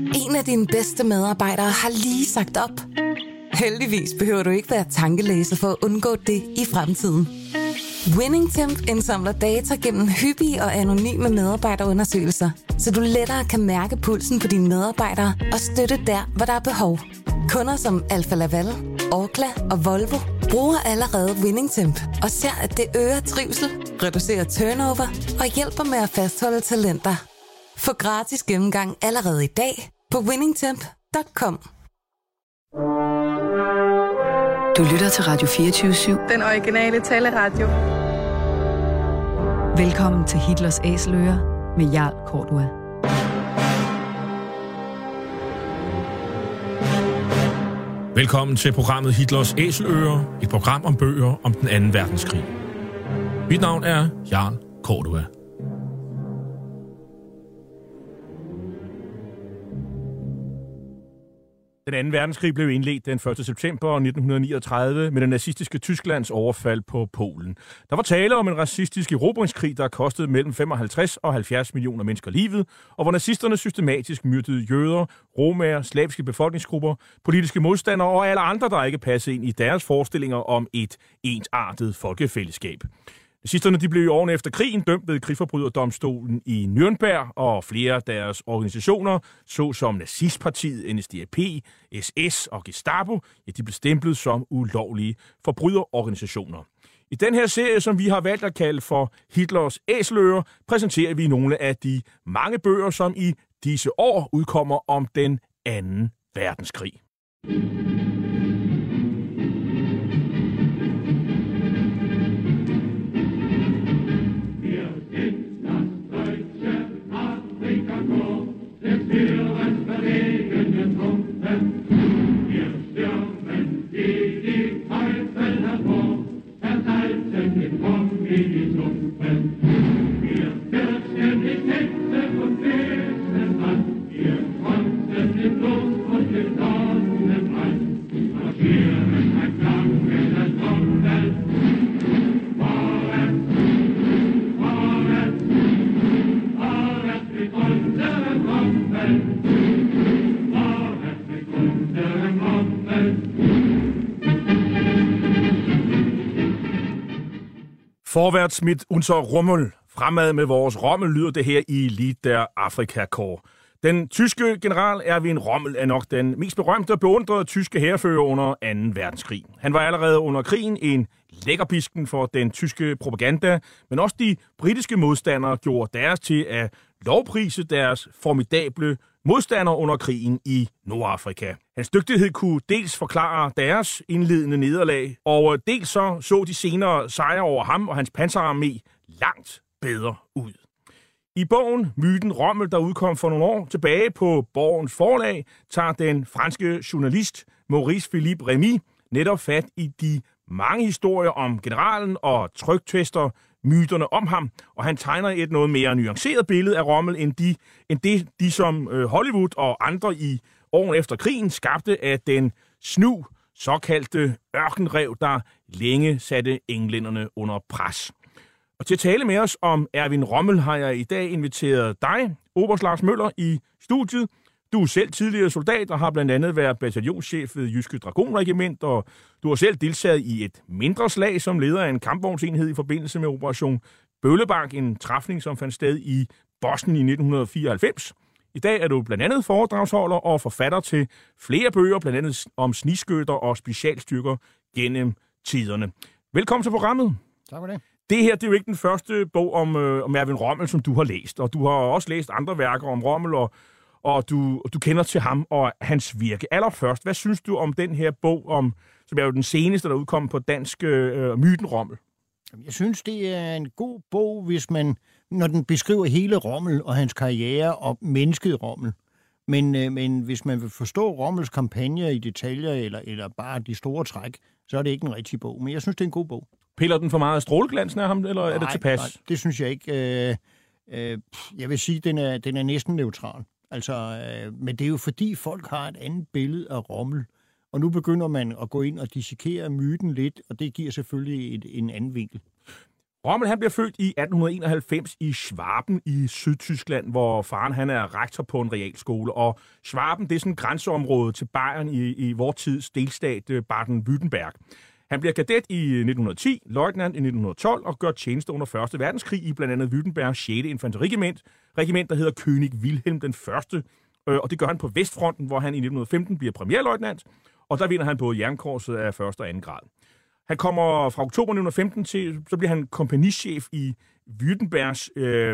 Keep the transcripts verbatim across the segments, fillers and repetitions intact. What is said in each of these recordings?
En af dine bedste medarbejdere har lige sagt op. Heldigvis behøver du ikke være tankelæser for at undgå det i fremtiden. WinningTemp indsamler data gennem hyppige og anonyme medarbejderundersøgelser, så du lettere kan mærke pulsen på dine medarbejdere og støtte der, hvor der er behov. Kunder som Alfa Laval, Orkla og Volvo bruger allerede WinningTemp og ser, at det øger trivsel, reducerer turnover og hjælper med at fastholde talenter. Få gratis gennemgang allerede i dag på winningtemp punktum com. Du lytter til Radio fireogtyve syv. Den originale taleradio. Velkommen til Hitlers Æseløer med Jarl Cordua. Velkommen til programmet Hitlers Æseløer, et program om bøger om den anden verdenskrig. Mit navn er Jarl Cordua. Den anden verdenskrig blev indledt den første september nitten niogtredive med det nazistiske Tysklands overfald på Polen. Der var tale om en racistisk erobringskrig, der kostede mellem femoghalvtreds og halvfjerds millioner mennesker livet, og hvor nazisterne systematisk myrdede jøder, romaer, slaviske befolkningsgrupper, politiske modstandere og alle andre, der ikke passede ind i deres forestillinger om et ensartet folkefællesskab. Nazisterne de blev i årene efter krigen dømt ved krigsforbryderdomstolen i Nürnberg, og flere af deres organisationer, såsom Nazistpartiet, N S D A P, S S og Gestapo, ja, de blev stemplet som ulovlige forbryderorganisationer. I den her serie, som vi har valgt at kalde for Hitlers Æseløer, præsenterer vi nogle af de mange bøger, som i disse år udkommer om den anden verdenskrig. Forwärts mit unser Rommel. Fremad med vores Rommel lyder det her i Lied der Afrika-Korps. Den tyske general Erwin Rommel er nok den mest berømte og beundrede tyske hærfører under anden verdenskrig. Han var allerede under krigen en lækkerbisken for den tyske propaganda, men også de britiske modstandere gjorde deres til at lovprise deres formidable modstandere under krigen i Nordafrika. Hans dygtighed kunne dels forklare deres indledende nederlag, og dels så, så de senere sejre over ham og hans panserarmé langt bedre ud. I bogen Myten Rommel, der udkom for nogle år tilbage på Borgens Forlag, tager den franske journalist Maurice Philippe Remy netop fat i de mange historier om generalen og trygtester myterne om ham, og han tegner et noget mere nuanceret billede af Rommel end, de, end det, de som Hollywood og andre i årene efter krigen skabte af den snu, såkaldte ørkenrev, der længe satte englænderne under pres. Og til at tale med os om Erwin Rommel har jeg i dag inviteret dig, oberst Lars Møller, i studiet. Du er selv tidligere soldat og har blandt andet været bataljonschef ved Jyske Dragonregiment, og du har selv deltaget i et mindre slag som leder af en kampvognsenhed i forbindelse med Operation Bøllebank, en træfning, som fandt sted i Bosnien i nitten fireoghalvfems. I dag er du blandt andet foredragsholder og forfatter til flere bøger, blandt andet om snigskytter og specialstyrker gennem tiderne. Velkommen til programmet. Tak for det. Det her det er jo ikke den første bog om, øh, om Erwin Rommel, som du har læst, og du har også læst andre værker om Rommel, og, og du, du kender til ham og hans virke. Allerførst, hvad synes du om den her bog, om, som er jo den seneste, der udkom på dansk, øh, Myten Rommel? Jeg synes, det er en god bog, hvis man, når den beskriver hele Rommel og hans karriere og mennesket Rommel. Men, øh, men hvis man vil forstå Rommels kampagner i detaljer, eller, eller bare de store træk, så er det ikke en rigtig bog. Men jeg synes, det er en god bog. Piller den for meget stråleglansen af ham, eller nej, er det tilpas? Nej, det synes jeg ikke. Øh, øh, jeg vil sige, at den er, den er næsten neutral. Altså, øh, men det er jo fordi, folk har et andet billede af Rommel. Og nu begynder man at gå ind og dissekere myten lidt, og det giver selvfølgelig et, en anden vinkel. Rommel han bliver født i atten enoghalvfems i Schwaben i Sydtyskland, hvor faren han er rektor på en realskole. Og Schwaben, det er sådan et grænseområde til Bayern i, i vor tids delstat Baden-Württemberg. Han bliver kadet i nitten ti, løjtnant i nitten tolv og gør tjeneste under første verdenskrig i blandt andet Württembergs sjette infanteriregiment, regiment, der hedder König Wilhelm den første. Og det gør han på Vestfronten, hvor han i nitten femten bliver premierløjtnant, og der vinder han både jernkorset af første og anden grad. Han kommer fra oktober nitten femten til, så bliver han kompagnichef i Württembergs øh,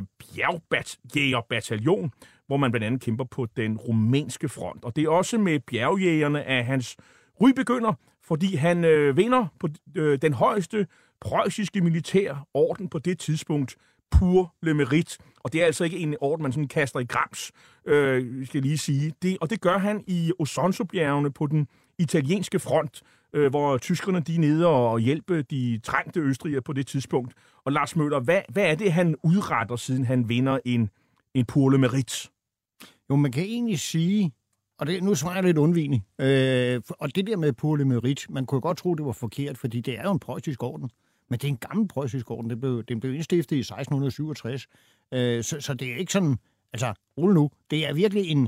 bjergbjægerbataljon, hvor man blandt andet kæmper på den rumænske front. Og det er også med bjergjægerne, at hans ry begynder, fordi han øh, vinder på øh, den højeste preussiske militærorden på det tidspunkt, Pour le Mérite. Og det er altså ikke en orden, man sådan kaster i grams, øh, skal jeg lige sige. Det, og det gør han i Osonso-bjergene på den italienske front, øh, hvor tyskerne de er nede og hjælper de trængte østrigere på det tidspunkt. Og Lars Møller, hvad, hvad er det, han udretter, siden han vinder en, en Pour le Mérite? Jo, man kan egentlig sige, og det, nu svarer jeg lidt undvigende, øh, og det der med Pour le Mérite, man kunne godt tro, det var forkert, fordi det er jo en preussisk orden. Men det er en gammel preussisk orden. Den blev, den blev indstiftet i seksten syvogtres. Øh, så, så det er ikke sådan, altså, rulle nu. Det er virkelig en,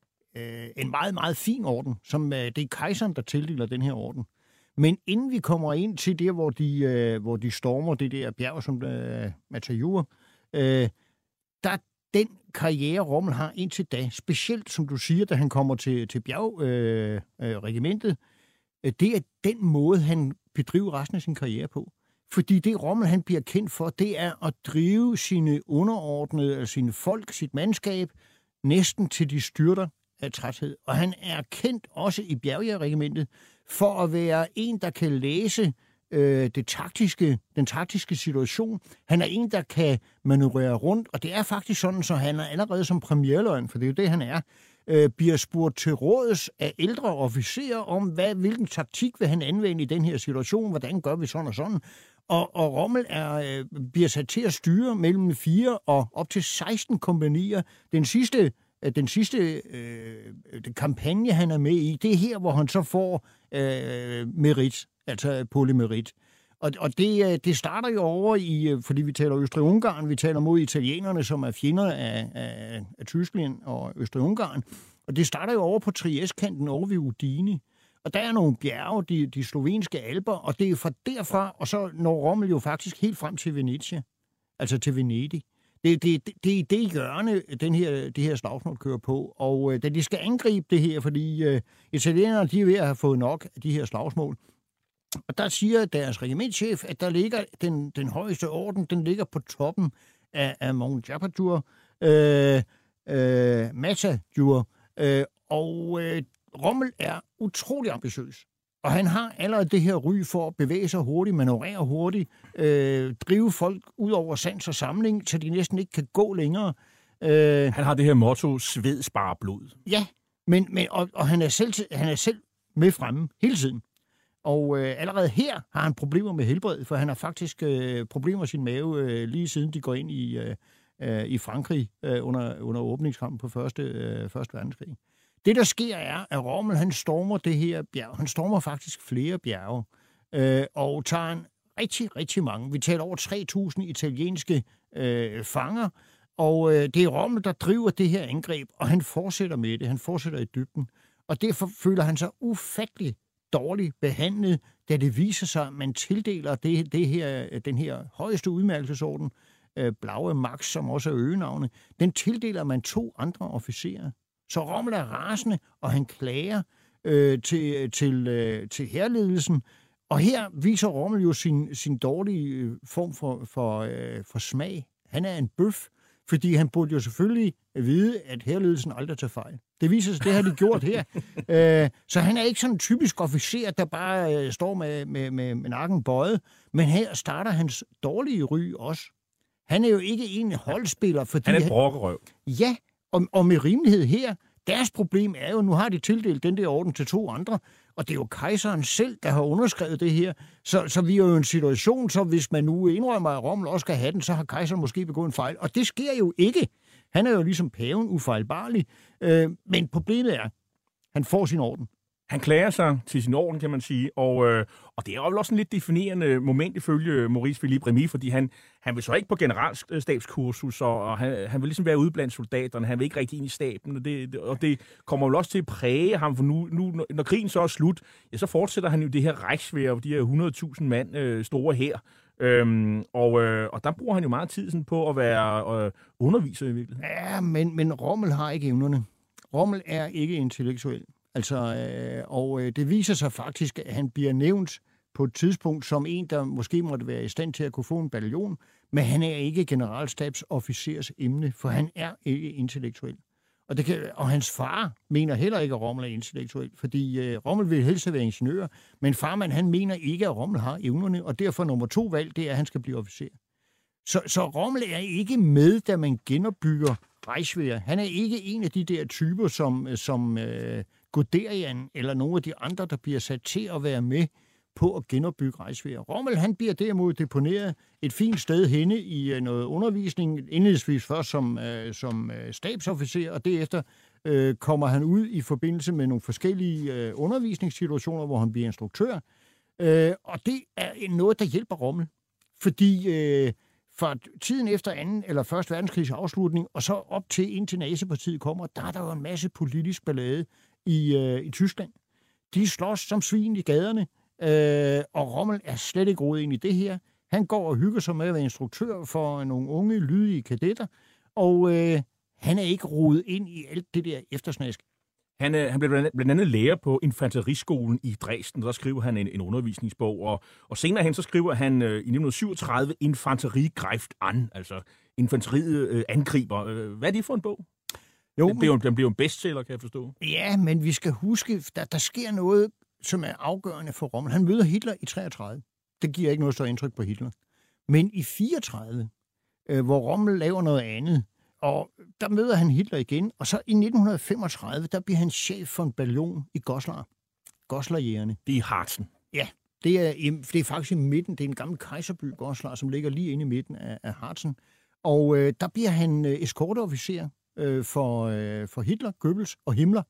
øh, en meget, meget fin orden, som øh, det er kejseren, der tildeler den her orden. Men inden vi kommer ind til det, hvor de, øh, hvor de stormer det der bjerg, som øh, Matajur, øh, der den karriere, Rommel har indtil da, specielt som du siger, da han kommer til, til bjergregimentet, øh, øh, det er den måde, han bedriver resten af sin karriere på. Fordi det Rommel, han bliver kendt for, det er at drive sine underordnede, sine folk, sit mandskab, næsten til de styrter af træthed. Og han er kendt også i bjergjægerregimentet for at være en, der kan læse øh, det taktiske, den taktiske situation. Han er en, der kan manøvrere rundt, og det er faktisk sådan, så han er allerede som premierløjtnant, for det er jo det, han er, øh, bliver spurgt til råds af ældre officerer om, hvad, hvilken taktik vil han anvende i den her situation, hvordan gør vi sådan og sådan. Og, og Rommel er, øh, bliver sat til at styre mellem fire og op til seksten kompagnier. Den sidste, øh, den sidste øh, kampagne, han er med i, det er her, hvor han så får øh, merit, altså Pour le Mérite. Og, og det, det starter jo over i, fordi vi taler Østrig-Ungarn, vi taler mod italienerne, som er fjender af, af, af Tyskland og Østrig-Ungarn. Og det starter jo over på Trieste-kanten over ved Udine. Og der er nogle bjerge, de, de slovenske alper, og det er fra derfra, og så når Rommel jo faktisk helt frem til Venezia, altså til Venedig. Det, det, det, det er det hjørne, den her, det her slagsmål kører på. Og øh, da de skal angribe det her, fordi øh, italienerne de er ved at have fået nok af de her slagsmål, og der siger deres regimentschef, at der ligger den, den højeste orden, den ligger på toppen af, af Mont Jabatur, øh, øh, Matajur, øh, og øh, Rommel er utrolig ambitiøs, og han har allerede det her ry for at bevæge sig hurtigt, manøvrere hurtigt, øh, drive folk ud over sans og samling, så de næsten ikke kan gå længere. Øh, han har det her motto, sved sparer blod. Ja, men, men, og, og han, er selv, han er selv med fremme hele tiden. Og øh, allerede her har han problemer med helbred, for han har faktisk øh, problemer med sin mave, øh, lige siden de går ind i, øh, øh, i Frankrig øh, under, under åbningskampen på første, øh, første verdenskrig. Det, der sker, er, at Rommel, han stormer det her bjerg. Han stormer faktisk flere bjerge, øh, og tager en rigtig, rigtig mange. Vi taler over tre tusind italienske øh, fanger, og øh, det er Rommel, der driver det her angreb, og han fortsætter med det. Han fortsætter i dybden, og derfor føler han sig ufattelig dårligt behandlet, da det viser sig, at man tildeler det, det her, den her højeste udmærkelsesorden, øh, Blaue Max, som også er øgenavnet, den tildeler man to andre officerer. Så Rommel er rasende, og han klager øh, til, til, øh, til hærledelsen. Og her viser Rommel jo sin, sin dårlige form for, for, øh, for smag. Han er en bøf, fordi han burde jo selvfølgelig vide, at hærledelsen aldrig tager fejl. Det viser sig, det har de gjort her. øh, så han er ikke sådan en typisk officer, der bare øh, står med, med, med, med nakken bøjet. Men her starter hans dårlige ry også. Han er jo ikke en holdspiller, fordi... Han er en brokkerøv. Ja, og, og med rimelighed her, deres problem er jo, nu har de tildelt den der orden til to andre, og det er jo kejseren selv, der har underskrevet det her. Så, så vi er jo i en situation, så hvis man nu indrømmer, at Rommel også skal have den, så har kejseren måske begået en fejl. Og det sker jo ikke. Han er jo ligesom paven ufejlbarlig. Øh, men problemet er, han får sin orden. Han klager sig til sin orden, kan man sige, og, øh, og det er jo vel også en lidt definerende moment ifølge Maurice Philippe Remy, fordi han, han vil så ikke på generalstabskursus, og, og han, han vil ligesom være ude blandt soldaterne, han vil ikke rigtig ind i staben, og det, og det kommer vel også til at præge ham, for nu, nu når krigen så er slut, ja, så fortsætter han jo det her Reichswehr, de her hundrede tusind mand øh, store her, øhm, og, øh, og der bruger han jo meget tid sådan, på at være øh, underviser i virkeligheden. Ja, men, men Rommel har ikke evnerne. Rommel er ikke intellektuel. Altså, øh, og øh, det viser sig faktisk, at han bliver nævnt på et tidspunkt som en, der måske måtte være i stand til at kunne få en bataljon, men han er ikke generalstabsofficers emne, for han er ikke intellektuel. Og, det kan, og hans far mener heller ikke, at Rommel er intellektuel, fordi øh, Rommel vil helst være ingeniør, men farmand, han mener ikke, at Rommel har evnerne, og derfor nummer to valg, det er, at han skal blive officer. Så, så Rommel er ikke med, da man genopbygger Reichswehr. Han er ikke en af de der typer, som, som øh, Guderian eller nogle af de andre, der bliver sat til at være med på at genopbygge Reichswehr. Rommel, han bliver derimod deponeret et fint sted henne i øh, noget undervisning, indledningsvis først som, øh, som øh, stabsofficer, og derefter øh, kommer han ud i forbindelse med nogle forskellige øh, undervisningssituationer, hvor han bliver instruktør. Øh, og det er noget, der hjælper Rommel, fordi øh, for tiden efter anden eller første verdenskrigs afslutning, og så op til indtil nazipartiet kommer, der er der jo en masse politisk ballade i, øh, i Tyskland. De slås som svin i gaderne, øh, og Rommel er slet ikke rodet ind i det her. Han går og hygger sig med at være instruktør for nogle unge, lydige kadetter, og øh, han er ikke rodet ind i alt det der eftersnask. Han, øh, han blev blandt andet lærer på infanteriskolen i Dresden, der skriver han en, en undervisningsbog, og, og senere hen så skriver han øh, i nitten syvogtredive Infanterie greift an, altså infanteriet øh, angriber. Øh, hvad er det for en bog? Jo, den, bliver, den bliver en bestseller, kan jeg forstå. Ja, men vi skal huske, der, der sker noget, som er afgørende for Rommel. Han møder Hitler i treogtredive. Det giver ikke noget større indtryk på Hitler. Men i fireogtredive, øh, hvor Rommel laver noget andet, og der møder han Hitler igen, og så i nitten femogtredive, der bliver han chef for en bataljon i Goslar. Goslarjægerne. Det er i Harzen. Ja, det er, det er faktisk i midten. Det er en gammel kejserby, Goslar, som ligger lige inde i midten af, af Harzen. Og øh, der bliver han øh, eskorteofficer øh, for, øh, for Hitler, Goebbels og Himmler.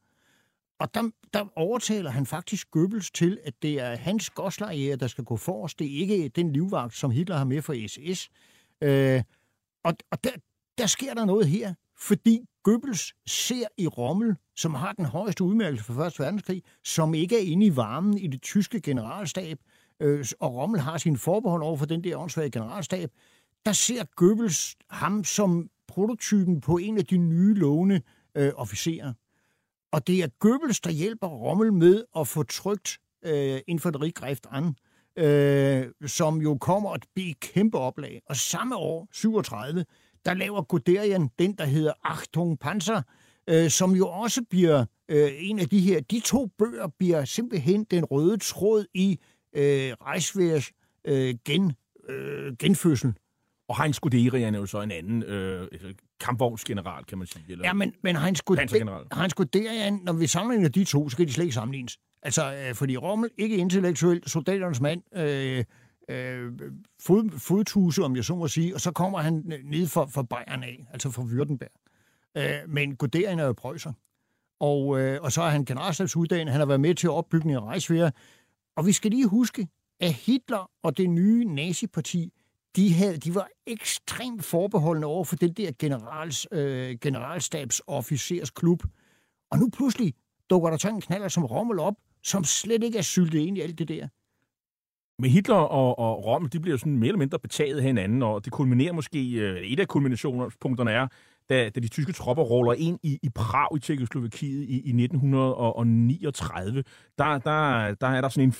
Og der, der overtaler han faktisk Goebbels til, at det er hans Goslarjæger, der skal gå forrest. Det er ikke den livvagt, som Hitler har med for S S. Øh, og og der, der sker der noget her, fordi Goebbels ser i Rommel, som har den højeste udmærkelse for første verdenskrig, som ikke er inde i varmen i det tyske generalstab, øh, og Rommel har sin forbehold over for den der åndssvage generalstab, der ser Goebbels ham som prototypen på en af de nye lovende øh, officerer. Og det er Goebbels, der hjælper Rommel med at få trykt øh, Infanterie greift an, øh, som jo kommer at blive et kæmpe oplag. Og samme år, syvogtredive, der laver Guderian den, der hedder Achtung Panzer, øh, som jo også bliver øh, en af de her. De to bøger bliver simpelthen den røde tråd i øh, Reichswehrs øh, gen, øh, genfødsel. Og Heinz Guderian er jo så en anden øh, kampvognsgeneral, kan man sige. Eller ja, men, men Heinz, Guderian, Heinz Guderian, når vi sammenligner de to, så kan de slet ikke sammenlignes. Altså, øh, fordi Rommel, ikke intellektuelt, soldaternes mand, øh, øh, fod, fodtuse, om jeg så må sige, og så kommer han ned fra, fra Bayern af, altså fra Württemberg. Øh, men Guderian er jo prøjser. Og, øh, og så er han generalstabsuddannet, han har været med til opbygningen af Reichswehr. Og vi skal lige huske, at Hitler og det nye naziparti, De, havde, de var ekstremt forbeholdende over for den der generals, øh, generalstabsofficersklub. Og nu pludselig dukker der sådan en knaller som Rommel op, som slet ikke er syltet ind i alt det der. Men Hitler og, og Rommel, de bliver sådan mere eller mindre betaget af hinanden, og det kulminerer måske, øh, et af kulminationspunkterne er, da, da de tyske tropper ruller ind i, i Prag i Tjekkoslovakiet i, i nitten niogtredive, der, der, der er der sådan en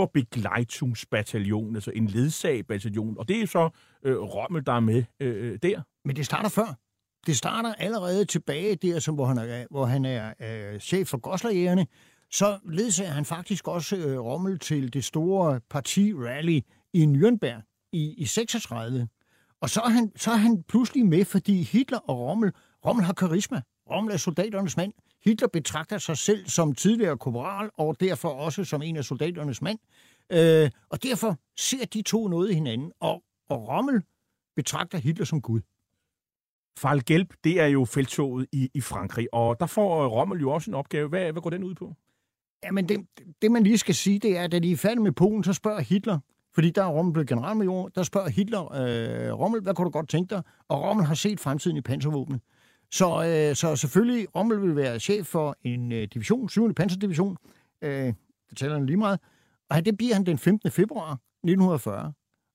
Führerbegleitungsbataljon, altså en ledsagbataljon, og det er så øh, Rommel, der er med øh, der. Men det starter før. Det starter allerede tilbage der, som, hvor han er, hvor han er øh, chef for Goslarjægerne. Så ledsager han faktisk også øh, Rommel til det store parti-rally i Nürnberg i, i seksogtredive. Og så er, han, så er han pludselig med, fordi Hitler og Rommel, Rommel har karisma. Rommel er soldaternes mand. Hitler betragter sig selv som tidligere korporal, og derfor også som en af soldaternes mand. Øh, og derfor ser de to noget i hinanden, og, og Rommel betragter Hitler som Gud. Fall Gelb, det er jo felttoget i, i Frankrig, og der får Rommel jo også en opgave. Hvad, hvad går den ud på? Jamen, det, det man lige skal sige, det er, at da de er færdige med Polen, så spørger Hitler, fordi der er Rommel blevet generalmajor, der spørger Hitler, øh, Rommel, hvad kunne du godt tænke dig? Og Rommel har set fremtiden i panservåbnet. Så, øh, så selvfølgelig, Rommel vil være chef for en øh, division, syvende panserdivision, øh, det taler han lige meget, og det bliver han den femtende februar nitten fyrre.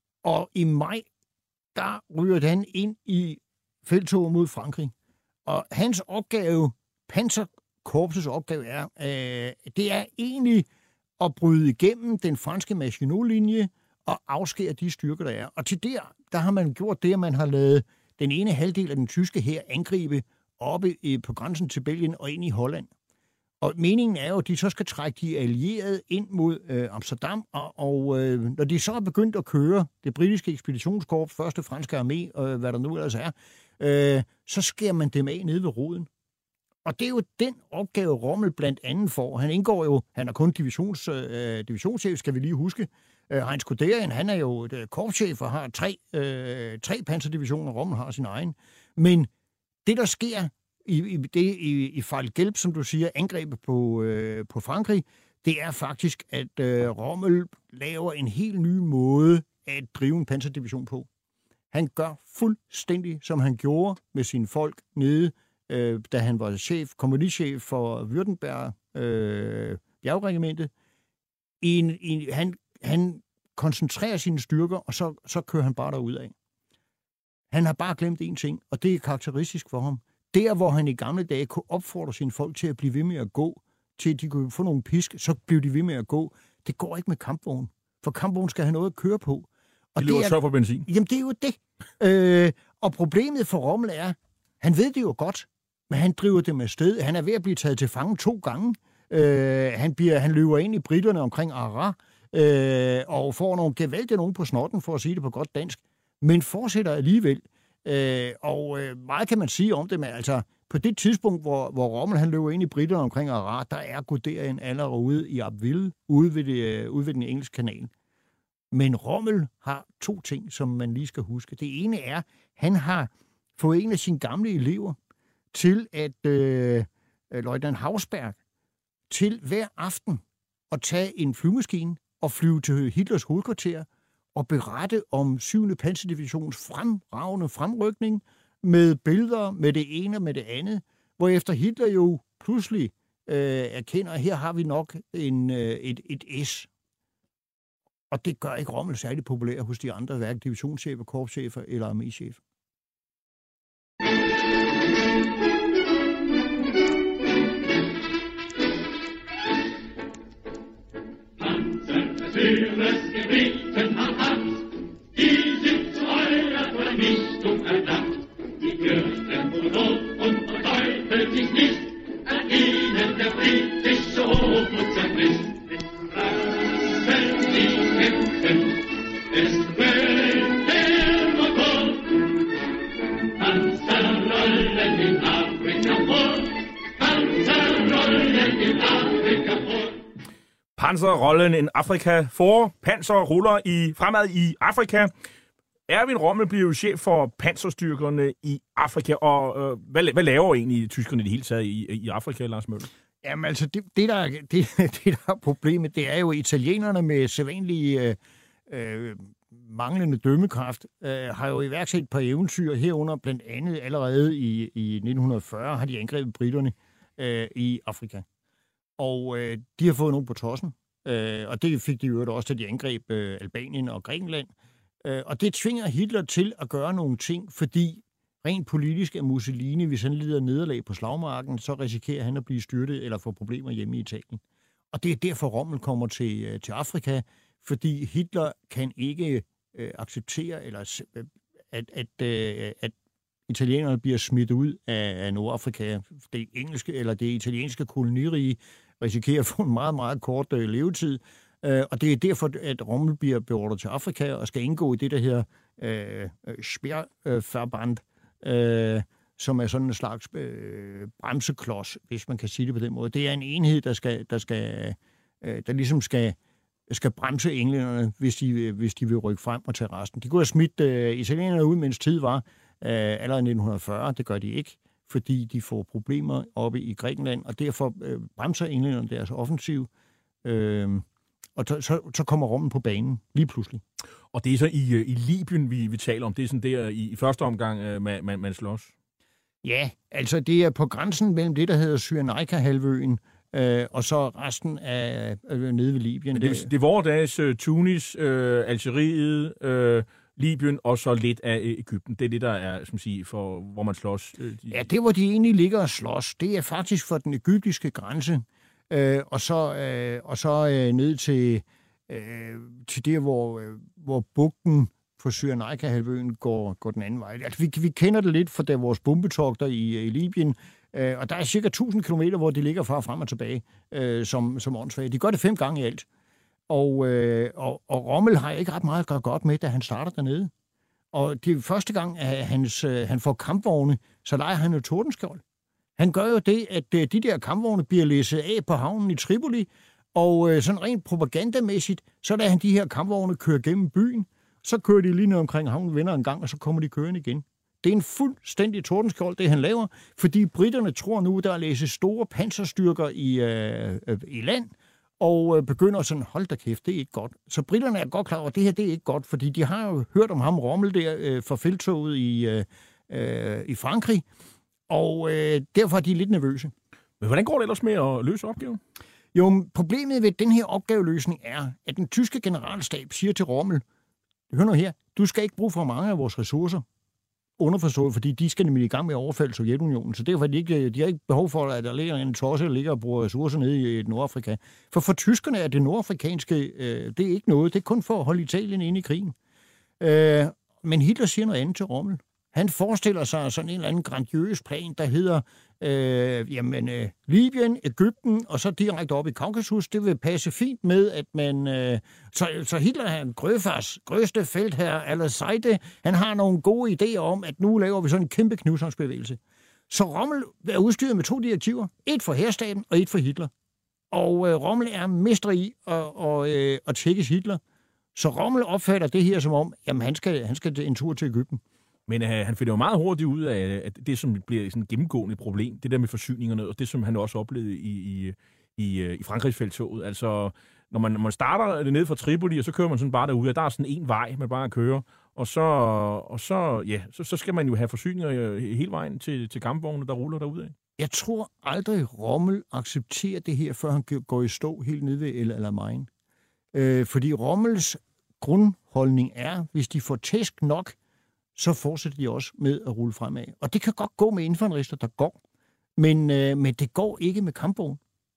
Og i maj, der ryger han ind i felttoget mod Frankrig. Og hans opgave, panserkorpsets opgave er, øh, det er egentlig at bryde igennem den franske Maginot-linje og afskære de styrker, der er. Og til der, der har man gjort det, at man har lavet den ene halvdel af den tyske hær angribe oppe på grænsen til Belgien og ind i Holland. Og meningen er jo, at de så skal trække de allierede ind mod øh, Amsterdam, og, og øh, når de så er begyndt at køre det britiske ekspeditionskorps, første franske armé, og øh, hvad der nu ellers er, øh, så skærer man dem af nede ved roden. Og det er jo den opgave, Rommel blandt andet får. Han indgår jo, han er kun divisions, øh, divisionschef, skal vi lige huske. Øh, Heinz Guderian, han er jo øh, korpschef og har tre, øh, tre panserdivisioner, Rommel har sin egen. Men det, der sker i, i, det, i, i Fall-Gelb, som du siger, angrebet på, øh, på Frankrig, det er faktisk, at øh, Rommel laver en helt ny måde at drive en panserdivision på. Han gør fuldstændig, som han gjorde med sine folk nede, øh, da han var chef, kompagnichef for Württemberg øh, bjergregimentet. En, en, han, han koncentrerer sine styrker, og så, så kører han bare derud af. Han har bare glemt én ting, og det er karakteristisk for ham. Der, hvor han i gamle dage kunne opfordre sine folk til at blive ved med at gå, til at de kunne få nogle pisk, så blev de ved med at gå. Det går ikke med kampvogn, for kampvogn skal have noget at køre på. Og de løber tør for benzin. Jamen, det er jo det. Øh, og problemet for Rommel er, han ved det jo godt, men han driver dem afsted. Han er ved at blive taget til fange to gange. Øh, han, bliver, han løber ind i britterne omkring Arras, øh, og får nogle gevaldige nogen på snotten, for at sige det på godt dansk, men fortsætter alligevel. Øh, og øh, meget kan man sige om det, men altså på det tidspunkt, hvor, hvor Rommel han løber ind i britterne omkring Arras, der er Guderian allerede i Abbeville, ude ved, det, ude ved den engelske kanal. Men Rommel har to ting, som man lige skal huske. Det ene er, han har fået en af sine gamle elever til at, øh, løjtnant Hausberg, til hver aften at tage en flyvemaskine og flyve til Hitlers hovedkvarter og berette om syvende panserdivisions fremragende fremrykning med billeder med det ene og med det andet, hvorefter Hitler jo pludselig øh, erkender, at her har vi nok en, øh, et, et S. Og det gør ikke Rommel særlig populær hos de andre, hverken divisionschefer, korpschefer eller arméchefer. Panzer gebieten hat Angst, die sind zu eurer Vernichtung erdacht. Die fürchten vor Not und verteufelt sich nicht, an ihnen der britische Hochmut zerbricht. Wenn sie kämpfen, es brennt der Motor. Panzer rollen in Afrika vor, Panzer rollen in Afrika vor. Panserrollen in Afrika for. Panser ruller i, fremad i Afrika. Erwin Rommel bliver jo chef for panserstyrkerne i Afrika, og øh, hvad, hvad laver egentlig tyskerne i det hele taget i, i Afrika, Lars Møller? Jamen altså, det, det, der, det, det der er problemet, det er jo italienerne med sædvanlig øh, øh, manglende dømmekraft, øh, har jo iværksat et par eventyr herunder, blandt andet allerede i, i nitten fyrre har de angrebet britterne øh, i Afrika. Og øh, de har fået nogen på tossen, øh, og det fik de jo også, da de angreb øh, Albanien og Grækenland. Øh, og det tvinger Hitler til at gøre nogle ting, fordi rent politisk er Mussolini, hvis han lider nederlag på slagmarken, så risikerer han at blive styrtet eller få problemer hjemme i Italien. Og det er derfor Rommel kommer til, øh, til Afrika, fordi Hitler kan ikke øh, acceptere, eller, at, at, øh, at italienerne bliver smidt ud af, af Nordafrika. Det engelske eller det italienske kolonirige risikerer at få en meget, meget kort øh, levetid. Øh, og det er derfor, at Rommel bliver beordret til Afrika og skal indgå i det, der hedder øh, Speerverband, øh, som er sådan en slags øh, bremseklods, hvis man kan sige det på den måde. Det er en enhed, der skal, der skal, øh, der ligesom skal, skal bremse englænderne, hvis de, hvis de vil rykke frem og tage resten. De kunne have smidt øh, italienerne ud, mens tid var, øh, allerede i nitten fyrre. Det gør de ikke, fordi de får problemer oppe i Grækenland, og derfor øh, bremser englænderne deres offensiv, øh, og så, så, så kommer Rommel på banen lige pludselig. Og det er så i, i Libyen, vi, vi taler om. Det er sådan der i, i første omgang, øh, man, man, man slås. Ja, altså det er på grænsen mellem det, der hedder Cyrenaica-halvøen, øh, og så resten af øh, nede ved Libyen. Men det, det er vores dages uh, Tunis, øh, Algeriet, øh, Libyen og så lidt af Egypten. Det er det, der er, som sige, for, hvor man slås. Øh, de... Ja, det hvor de egentlig ligger og slås, det er faktisk for den egyptiske grænse, øh, og så, øh, og så øh, ned til, øh, til det, hvor, øh, hvor bugten for Cyrenaica-halvøen går, går den anden vej. Altså, vi, vi kender det lidt fra der vores bombetogter i, i Libyen, øh, og der er cirka tusind kilometer, hvor de ligger fra frem og tilbage øh, som, som åndssvage. De gør det fem gange i alt. Og, øh, og, og Rommel har ikke ret meget at gøre godt med, da han starter dernede. Og det er første gang, at hans, øh, han får kampvogne, så leger han jo tordenskjold. Han gør jo det, at øh, de der kampvogne bliver læsset af på havnen i Tripoli, og øh, sådan rent propagandamæssigt, så lader han de her kampvogne køre gennem byen. Så kører de lige ned omkring havnen, vender en gang, og så kommer de kørende igen. Det er en fuldstændig tordenskjold, det han laver, fordi britterne tror nu, der er læsset store panserstyrker i, øh, øh, i land, og øh, begynder sådan, hold da kæft, det er ikke godt. Så britterne er godt klar over, at det her det er ikke godt, fordi de har jo hørt om ham Rommel der øh, fra felttoget i, øh, øh, i Frankrig, og øh, derfor er de lidt nervøse. Men hvordan går det ellers med at løse opgaven? Jo, problemet ved den her opgaveløsning er, at den tyske generalstab siger til Rommel, hør nu her, du skal ikke bruge for mange af vores ressourcer, underforstået, fordi de skal nemlig i gang med at overfalde Sovjetunionen, så derfor har de ikke, de har ikke behov for, at der ligger en tosse, der ligger og bruger ressourcer nede i Nordafrika. For for tyskerne er det nordafrikanske, øh, det er ikke noget, det er kun for at holde Italien inde i krigen. Øh, men Hitler siger noget andet til Rommel. Han forestiller sig sådan en eller anden grandiøs plan, der hedder øh, jamen, øh, Libyen, Egypten og så direkte op i Kaukasus. Det vil passe fint med, at man... Øh, så, så Hitler er en grøfars, grøste feltherre, eller Seide. Han har nogle gode idéer om, at nu laver vi sådan en kæmpe knivsomsbevægelse. Så Rommel er udstyret med to direktiver. Et for hærstaben og et for Hitler. Og øh, Rommel er mester i at, og, øh, at tækkes Hitler. Så Rommel opfatter det her som om, jamen han skal, han skal en tur til Egypten. Men øh, han finder jo meget hurtigt ud af, at det, som bliver sådan et gennemgående problem, det der med forsyningerne, og det, som han også oplevede i, i, i, i Frankrigsfelttoget. Altså, når man, når man starter nede fra Tripoli, og så kører man sådan bare derude, og der er sådan en vej, man bare kører, og så, og så, ja, så, så skal man jo have forsyninger hele vejen til, til kampvogne, der ruller derudad. Jeg tror aldrig, Rommel accepterer det her, før han går i stå helt nede ved El Alamein. Øh, fordi Rommels grundholdning er, hvis de får tæsk nok, så fortsætter de også med at rulle fremad. Og det kan godt gå med infanterister, der går. Men, øh, men det går ikke med kampvogn.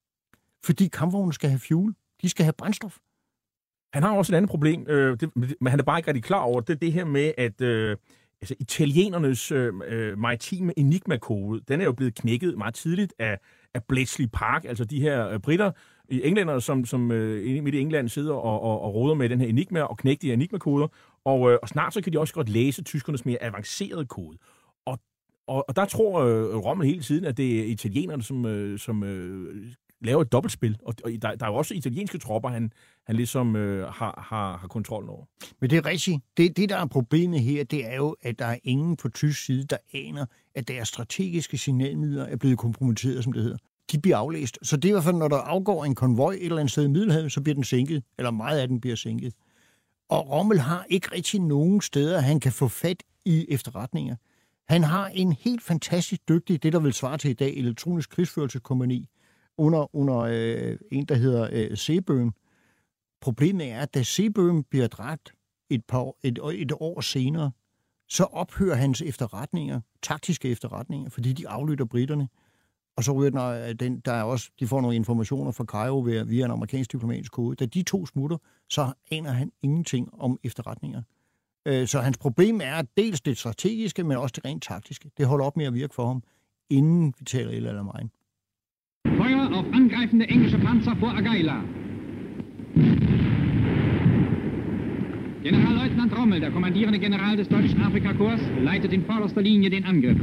Fordi kampvognen skal have fuel. De skal have brændstof. Han har også et andet problem, øh, det, men han er bare ikke rigtig klar over det. Det her med, at øh, altså, italienernes øh, maritime enigma-kode, den er jo blevet knækket meget tidligt af, af Bletchley Park, altså de her øh, britter, englænder, som, som øh, midt i England sidder og, og, og roder med den her enigma og knækker de her enigma-koder. Og, øh, og snart så kan de også godt læse tyskernes mere avancerede kode. Og, og, og der tror øh, Rommel hele tiden, at det er italienerne, som, øh, som øh, laver et dobbeltspil. Og, og der, der er jo også italienske tropper, han, han ligesom øh, har, har, har kontrollen over. Men det er rigtigt. Det, det, der er problemet her, det er jo, at der er ingen på tysk side, der aner, at deres strategiske signalmidler er blevet kompromitteret, som det hedder. De bliver aflæst. Så det er i hvert fald, når der afgår en konvoj et eller andet sted i Middelhavet, så bliver den sænket, eller meget af den bliver sænket. Og Rommel har ikke rigtig nogen steder, han kan få fat i efterretninger. Han har en helt fantastisk dygtig, det der vil svare til i dag, elektronisk krigsførelseskompagni, under, under øh, en, der hedder øh, Seebøen. Problemet er, at da Seebøen bliver dræbt et, par, et, et år senere, så ophører hans efterretninger, taktiske efterretninger, fordi de aflytter britterne. Og så ryger den, der er også, de får nogle informationer fra Cairo via, via en amerikansk diplomatisk kode. Da de to smutter, så aner han ingenting om efterretninger. Så hans problem er dels det strategiske, men også det rent taktiske. Det holder op med at virke for ham, inden vi taler El Alamein. Feuer auf angreifende englische Panzer vor Agaila. Generalleutnant Rommel, der kommandierende General des Deutschen Afrikakorps, leitet in vorderster Linie den Angriff.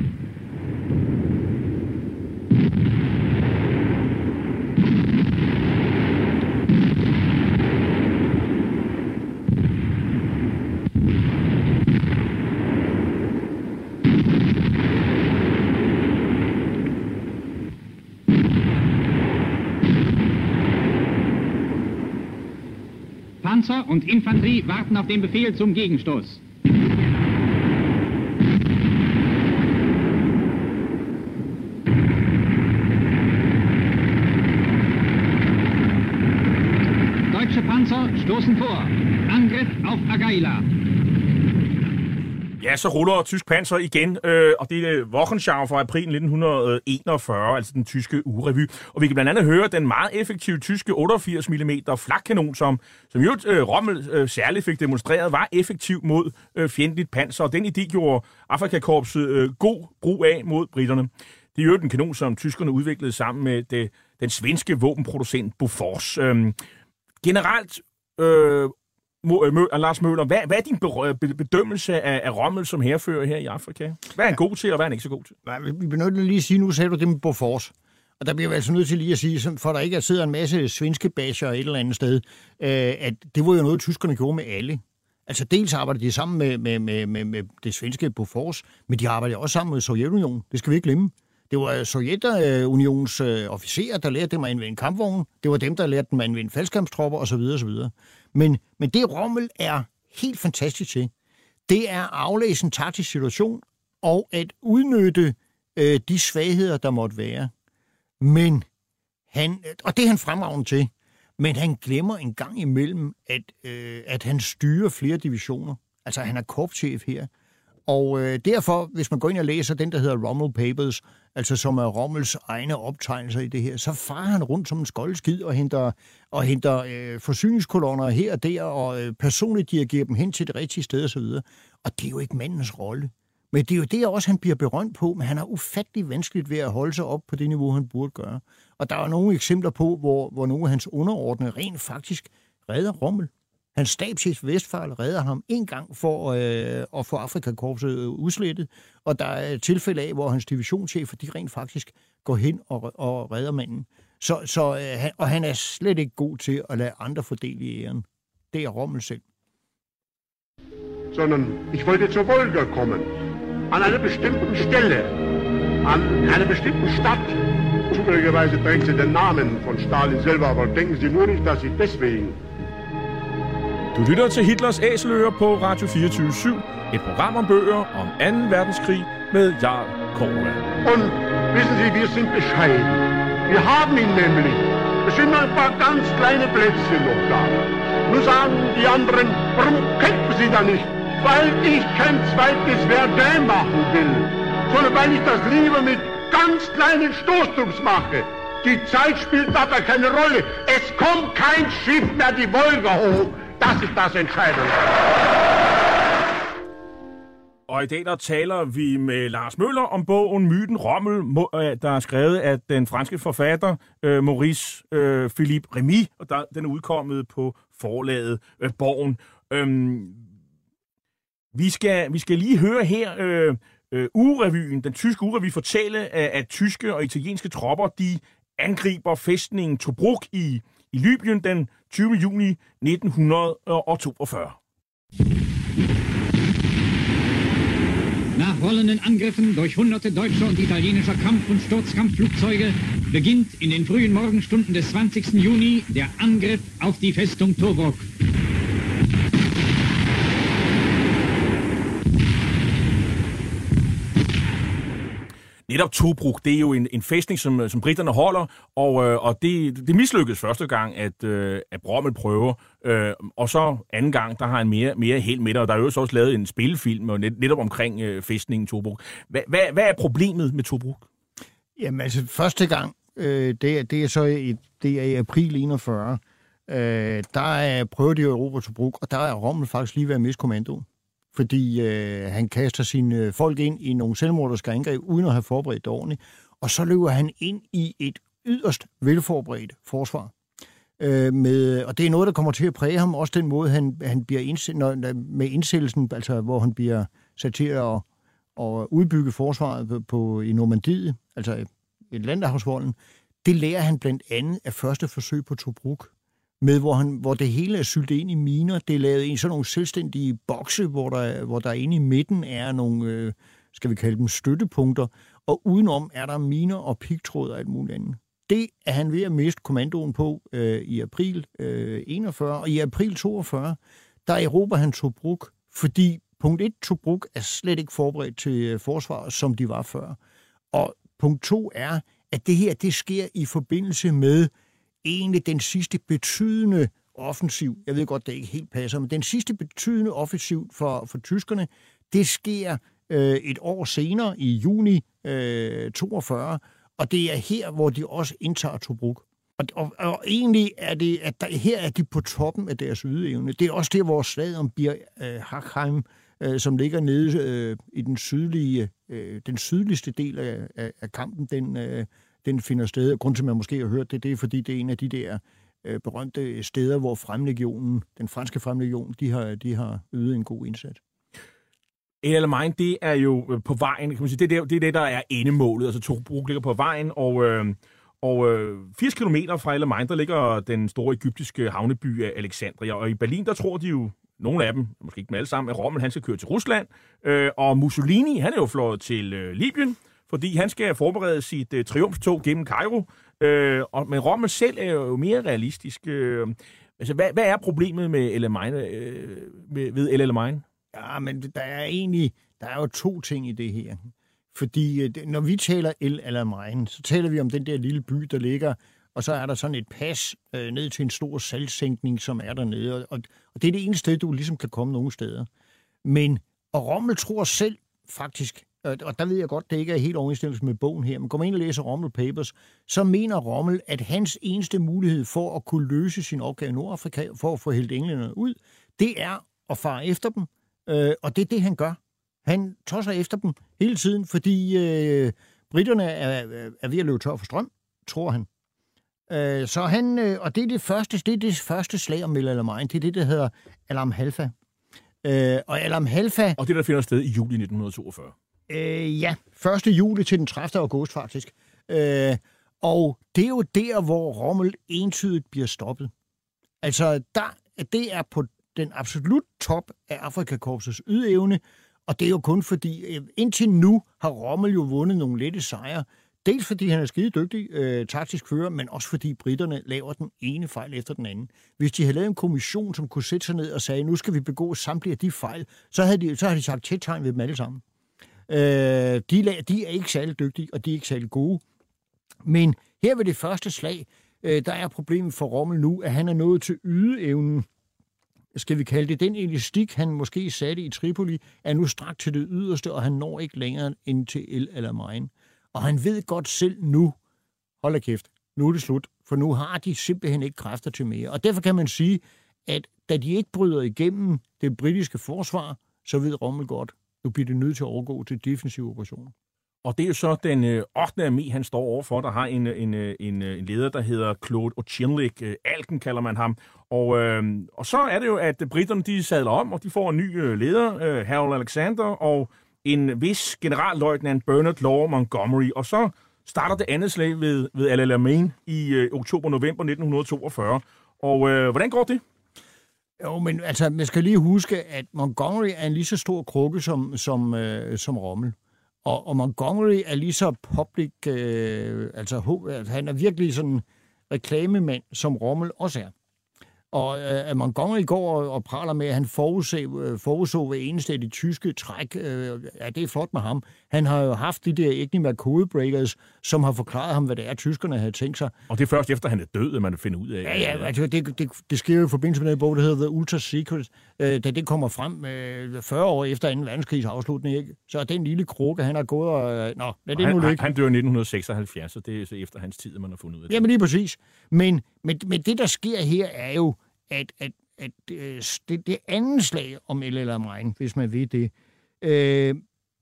Panzer und Infanterie warten auf den Befehl zum Gegenstoß. Deutsche Panzer stoßen vor. Angriff auf Agaila. Ja, så ruller tysk panser igen, øh, og det er Wochenschau fra april nitten enogfyrre, altså den tyske ugerevy. Og vi kan blandt andet høre den meget effektive tyske otteogfirs millimeter flakkanon, som, som jo øh, Rommel øh, særligt fik demonstreret, var effektiv mod øh, fjendtligt panser. Og den idé gjorde Afrikakorpset øh, god brug af mod britterne. Det er jo den kanon, som tyskerne udviklede sammen med det, den svenske våbenproducent Bofors. Øh, generelt... Øh, Mø- Lars Møller, hvad, hvad er din bedømmelse af, af Rommel som hærfører her i Afrika? Hvad er han god til, og hvad er han ikke så god til? Nej, vi bliver nødt til lige at sige, nu sagde du det med Bofors. Og der bliver vi altså nødt til lige at sige, for der ikke er sidder en masse svenske basher et eller andet sted, øh, at det var jo noget, tyskerne gjorde med alle. Altså dels arbejder de sammen med, med, med, med, med det svenske Bofors, men de arbejder også sammen med Sovjetunionen. Det skal vi ikke glemme. Det var Sovjetunionens øh, officerer, der lærte dem at anvende kampvogne. Det var dem, der lærte dem at anvende faldskærmstropper osv. osv. Men, men det Rommel er helt fantastisk til, det er at aflæse en taktisk situation og at udnytte øh, de svagheder, der måtte være. Men han, og det er han fremragende til, men han glemmer en gang imellem, at, øh, at han styrer flere divisioner. Altså han er korpschef her. Og øh, derfor, hvis man går ind og læser den, der hedder Rommel Papers, altså som er Rommels egne optegnelser i det her, så farer han rundt som en skoldskid og henter, og henter øh, forsyningskolonner her og der, og øh, personligt dirigerer dem hen til det rigtige sted osv. Og det er jo ikke mandens rolle. Men det er jo det også, han bliver berømt på, men han har ufattelig vanskeligt ved at holde sig op på det niveau, han burde gøre. Og der er nogle eksempler på, hvor, hvor nogle af hans underordnede rent faktisk redder Rommel. Hans stabschef Westphal redder ham en gang for øh, at få Afrikakorpset udslettet, og der er et tilfælde af, hvor hans divisionschefer, de rent faktisk går hen og, og redder manden. Så, så, øh, og han er slet ikke god til at lade andre fordele i æren. Det er Rommel selv. Sondern ich wollte zur Wolga kommen, an einer bestimmten Stelle, an einer bestimmten Stadt. Zufälligerweise trägt sie den Namen von Stalin selber, aber denken Sie nur nicht, dass sie deswegen. Du lytter til Hitlers Æseløer på Radio fireogtyve syv, et program om bøger om anden verdenskrig med Jarl Kortua. Und wissen Sie, wir sind bescheiden. Wir haben ihn nämlich. Es sind noch ein paar ganz kleine Plätzchen noch da. Nur sagen die anderen, warum kämpfen Sie da nicht? Weil ich kein zweites Verdun machen will, sondern weil ich das lieber mit ganz kleinen Stoßtrupps mache. Die Zeit spielt dabei keine Rolle. Es kommt kein Schiff mehr die Wolga hoch. Das ist das Entscheidende. Og i dag der taler vi med Lars Møller om bogen Myten Rommel, der er skrevet af den franske forfatter Maurice Philippe Remy, og der, den er udkommet på forlaget Borgen. Øhm, vi, skal, vi skal lige høre her øh, øh, ugerevyen, den tyske ugerevy, fortælle, at, at tyske og italienske tropper, de angriber fæstningen Tobruk i, i Libyen den tyvende juni nitten toogfyrre. Nach rollenden Angriffen durch hunderte deutscher und italienischer Kampf- und Sturzkampfflugzeuge beginnt in den frühen Morgenstunden des zwanzigsten Juni der Angriff auf die Festung Tobruk. Netop Tobruk, det er jo en, en fæstning, som, som britterne holder, og, øh, og det, det mislykkedes første gang, at, øh, at Rommel prøver, øh, og så anden gang, der har han mere, mere held med det, og der er jo så også lavet en spillefilm net, netop omkring øh, fæstningen Tobruk. Hva, hvad, hvad er problemet med Tobruk? Jamen altså, første gang, øh, det, er, det er så i, det er i april enogfyrre, øh, der er, prøver de at erobre Tobruk, og der er Rommel faktisk lige ved at miste kommandoen. Fordi øh, han kaster sine folk ind i nogle selvmorderske angreb, uden at have forberedt det ordentligt. Og så løber han ind i et yderst velforberedt forsvar. Øh, med, og det er noget, der kommer til at præge ham. Også den måde, han, han bliver indsæt, når, med indsættelsen, altså hvor han bliver sat til at, at udbygge forsvaret på, på, i Normandiet, altså et Landerhavsvolden. Det lærer han blandt andet af første forsøg på Tobruk. Med, hvor, han, hvor det hele er syltet ind i miner. Det er lavet i sådan nogle selvstændige bokse, hvor der, hvor der inde i midten er nogle, øh, skal vi kalde dem, støttepunkter. Og udenom er der miner og pigtråd og alt muligt andet. det er han ved at miste kommandoen på øh, i april øh, enogfyrre, og i april toogfyrre, der erobrer han Tobruk, fordi punkt et, Tobruk er slet ikke forberedt til forsvar, som de var før. Og punkt to er, at det her, det sker i forbindelse med egentlig den sidste betydende offensiv. Jeg ved godt, det ikke helt passer, men den sidste betydende offensiv for, for tyskerne, det sker øh, et år senere, i juni øh, toogfyrre, og det er her, hvor de også indtager Tobruk. Og, og, og egentlig er det, at der, her er de på toppen af deres ydeevne. Det er også der, hvor slaget om Bir øh, Hakheim, øh, som ligger nede øh, i den sydlige, øh, den sydligste del af, af, af kampen, den, øh, den finder sted. Grunden til, at man måske har hørt det, det er, fordi det er en af de der øh, berømte steder, hvor Fremlegionen, den franske Fremlegion, de har, de har ydet en god indsats. El Alamein, det er jo på vejen, kan man sige, det er det, er det der er endemålet. Altså Tobruk ligger på vejen, og, øh, og øh, firs kilometer fra El Alamein, der ligger den store egyptiske havneby af Alexandria. Og i Berlin, der tror de jo, nogle af dem, måske ikke med alle sammen, at Rommel han skal køre til Rusland. Øh, og Mussolini, han er jo fløjet til øh, Libyen, fordi han skal forberede sit øh, triumftog gennem Kairo. Øh, og, men Rommel selv er jo mere realistisk. Øh, altså, hvad, hvad er problemet med El Alamein, øh, med, ved El Alamein? Ja, men der er egentlig, der er jo to ting i det her. Fordi når vi taler El Alamein, så taler vi om den der lille by, der ligger, og så er der sådan et pas øh, ned til en stor saltsænkning, som er dernede. Og, og det er det eneste sted, du ligesom kan komme nogen steder. Men, og Rommel tror selv faktisk, og der ved jeg godt, det ikke er helt overensstemmelse med bogen her, men går man ind og læser Rommel Papers, så mener Rommel, at hans eneste mulighed for at kunne løse sin opgave i Nordafrika, for at få hældt englænderne ud, det er at fare efter dem. Øh, og det er det, han gør. Han tosser efter dem hele tiden, fordi øh, britterne er, er ved at løbe tør for strøm, tror han. Øh, så han, øh, og det er det første, det er det første slag om El Alamein, det er det, der hedder Alam Halfa. Øh, og Alam Halfa... Og det, der finder sted i juli nitten toogfyrre. Øh, ja, første juli til den tredivte august, faktisk. Øh, og det er jo der, hvor Rommel entydigt bliver stoppet. Altså, der, det er på den absolut top af Afrikakorpsets ydeevne, og det er jo kun fordi, indtil nu har Rommel jo vundet nogle lette sejre. Dels fordi han er skide dygtig øh, taktisk fører, men også fordi britterne laver den ene fejl efter den anden. Hvis de havde lavet en kommission, som kunne sætte sig ned og sagde, nu skal vi begå samtlige af de fejl, så havde de, så havde de sagt tæt tegn ved dem alle sammen. Øh, de, de er ikke særlig dygtige, og de er ikke særlig gode. Men her ved det første slag, øh, der er problemet for Rommel nu, at han er nået til ydeevnen. Skal vi kalde det, den elastik, han måske satte i Tripoli, er nu strakt til det yderste, og han når ikke længere ind til El Alamein. Og han ved godt selv nu, hold da kæft, nu er det slut, for nu har de simpelthen ikke kræfter til mere. Og derfor kan man sige, at da de ikke bryder igennem det britiske forsvar, så ved Rommel godt, nu bliver det nødt til at overgå til defensive operationer. Og det er jo så den øh, ottende armé, han står overfor, der har en, en, en, en leder, der hedder Claude Auchinleck. Øh, Alken kalder man ham. Og, øh, og så er det jo, at britterne de sadler om, og de får en ny øh, leder, øh, Harold Alexander, og en vis generalløjtnant Bernard Law Montgomery. Og så starter det andet slag ved, ved El Alamein i øh, oktober-november nitten toogfyrre. Og øh, hvordan går det? Jo, men altså, man skal lige huske, at Montgomery er en lige så stor krukke som, som, øh, som Rommel. Og, og Montgomery er lige så public, øh, altså han er virkelig sådan reklamemand, som Rommel også er. Og øh, Montgomery går og, og praler med, at han forudså, forudså hver eneste af de tyske træk. Øh, ja, det er flot med ham. Han har jo haft de der Enigma codebreakers, som har forklaret ham, hvad det er, tyskerne havde tænkt sig. Og det er først efter, han er død, at man finder ud af. Ja, ja, altså, det, det, det sker jo i forbindelse med den bog, der hedder The Ultra Secret, øh, da det kommer frem øh, fyrre år efter anden verdenskrigs afslutning. Ikke? Så den lille krukke, han har gået og... Øh, nå, lad det han, nu ligge. Han dør i nitten seksoghalvfjerds, så det er så efter hans tid, man har fundet ud af det. Jamen lige præcis. Men, men, men det, der sker her, er jo, at, at, at øh, det, det andet slag om El Alamein, hvis man ved det, øh,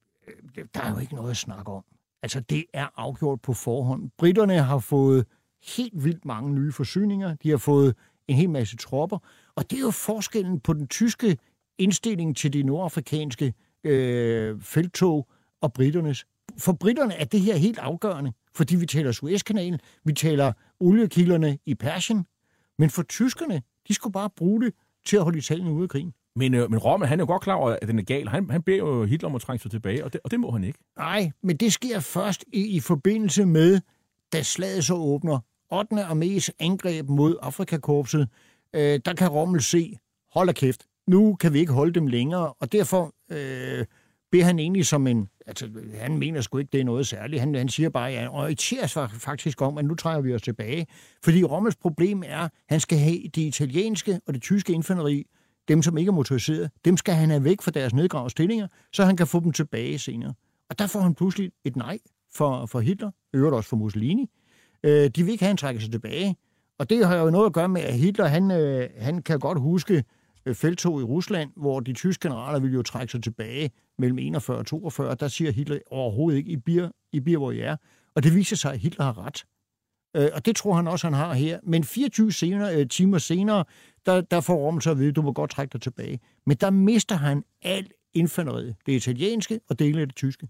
der er jo ikke noget at snakke om. Altså, det er afgjort på forhånd. Britterne har fået helt vildt mange nye forsyninger. De har fået en hel masse tropper. Og det er jo forskellen på den tyske indstilling til de nordafrikanske øh, felttog og britternes. For britterne er det her helt afgørende, fordi vi taler Suezkanalen, vi taler oliekilderne i Persien, men for tyskerne, de skulle bare bruge det til at holde Italien ude af krigen. Men, øh, men Rommel, han er jo godt klar over, at den er gal. Han, han beder jo Hitler om at trænge sig tilbage, og det, og det må han ikke. Nej, men det sker først i, i forbindelse med da slaget så åbner, ottende armés angreb mod Afrikakorpset, øh, der kan Rommel se, hold da kæft, nu kan vi ikke holde dem længere, og derfor øh, beder han egentlig som en, altså han mener sgu ikke, det er noget særligt, han, han siger bare, ja, og irriteres faktisk om, at nu trækker vi os tilbage, fordi Rommels problem er, han skal have det italienske og det tyske infanteri, dem som ikke er motoriseret, dem skal han have væk fra deres nedgravede stillinger, så han kan få dem tilbage senere. Og der får han pludselig et nej for, for Hitler, øvrigt også for Mussolini. Øh, de vil ikke have, han trækker sig tilbage. Og det har jo noget at gøre med, at Hitler, han, øh, han kan godt huske øh, felttog i Rusland, hvor de tyske generaler ville jo trække sig tilbage mellem enogfyrre og toogfyrre. Der siger Hitler overhovedet ikke, I bliver, I bliver hvor I er. Og det viser sig, at Hitler har ret. Øh, og det tror han også, han har her. Men fireogtyve senere, øh, timer senere, der, der får Rommel så at vide, du må godt trække dig tilbage. Men der mister han alt infanteriet. Det italienske og dele af det tyske.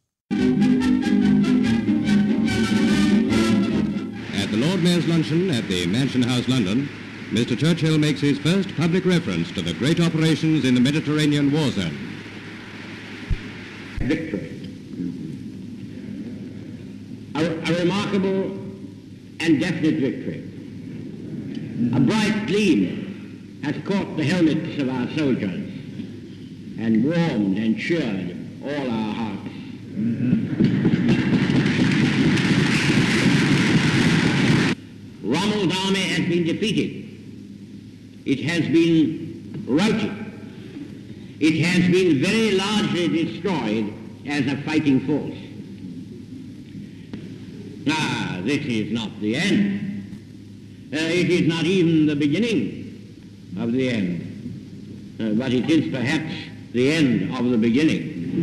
At the Lord Mayor's luncheon at the Mansion House, London, Mister Churchill makes his first public reference to the great operations in the Mediterranean war zone. Victory. A, a remarkable and definite victory. A bright gleam has caught the helmets of our soldiers and warmed and cheered all our hearts. Rommel's army has been defeated. It has been routed. It has been very largely destroyed as a fighting force. Ah, this is not the end. Uh, it is not even the beginning of the end. Uh, but it is perhaps the end of the beginning.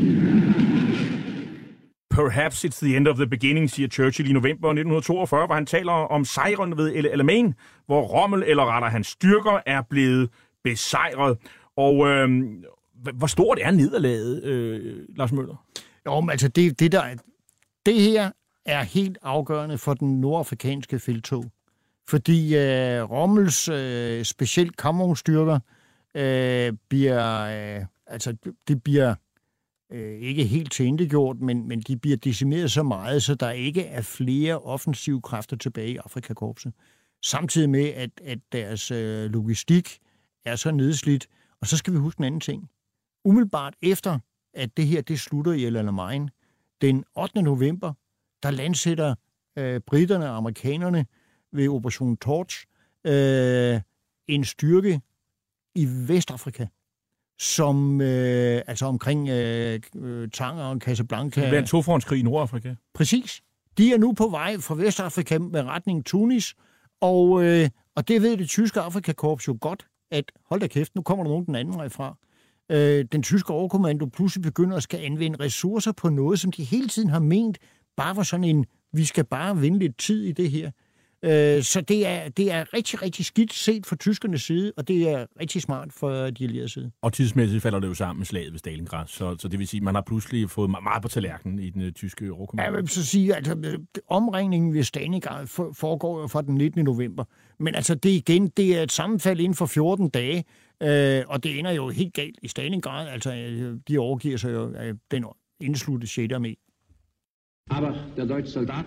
Perhaps it's the end of the beginning, siger Churchill i november nitten toogfyrre, hvor han taler om sejren ved El Alamein, hvor Rommel, eller rettere hans styrker, er blevet besejret. Og øh, hvor stort er nederlaget, øh, Lars Møller? Jo, men altså det, det, der, det her er helt afgørende for den nordafrikanske felttog. Fordi øh, Rommels øh, specielt kampvognsstyrker øh, bliver, øh, altså det bliver øh, ikke helt tilintetgjort, men, men de bliver decimeret så meget, så der ikke er flere offensive kræfter tilbage i Afrikakorpset. Samtidig med, at, at deres øh, logistik er så nedslidt. Og så skal vi huske en anden ting. Umiddelbart efter, at det her det slutter i El Alamein, den ottende november, der landsætter øh, britterne og amerikanerne ved Operation Torch øh, en styrke i Vestafrika, som øh, altså omkring øh, Tanger og Casablanca. Det bliver en tofrontskrig i Nordafrika. Præcis. De er nu på vej fra Vestafrika med retning Tunis, og, øh, og det ved det tyske Afrikakorps jo godt, at hold da kæft, nu kommer der nogen den anden vej fra. Øh, den tyske overkommando pludselig begynder at skal anvende ressourcer på noget, som de hele tiden har ment, bare var sådan en, vi skal bare vinde lidt tid i det her. Øh, så det er, det er rigtig, rigtig skidt set fra tyskernes side, og det er rigtig smart for de allierede side. Og tidsmæssigt falder det jo sammen med slaget ved Stalingrad, så, så det vil sige, at man har pludselig fået meget på tallerkenen i den uh, tyske overkommando. Ja, jeg vil så sige, at altså, omringningen ved Stalingrad foregår jo fra den nittende november, men altså det igen, det er et sammenfald inden for fjorten dage, øh, og det ender jo helt galt i Stalingrad, altså de overgiver sig jo af den indsluttet sjette armé. Aber der deutsche Soldat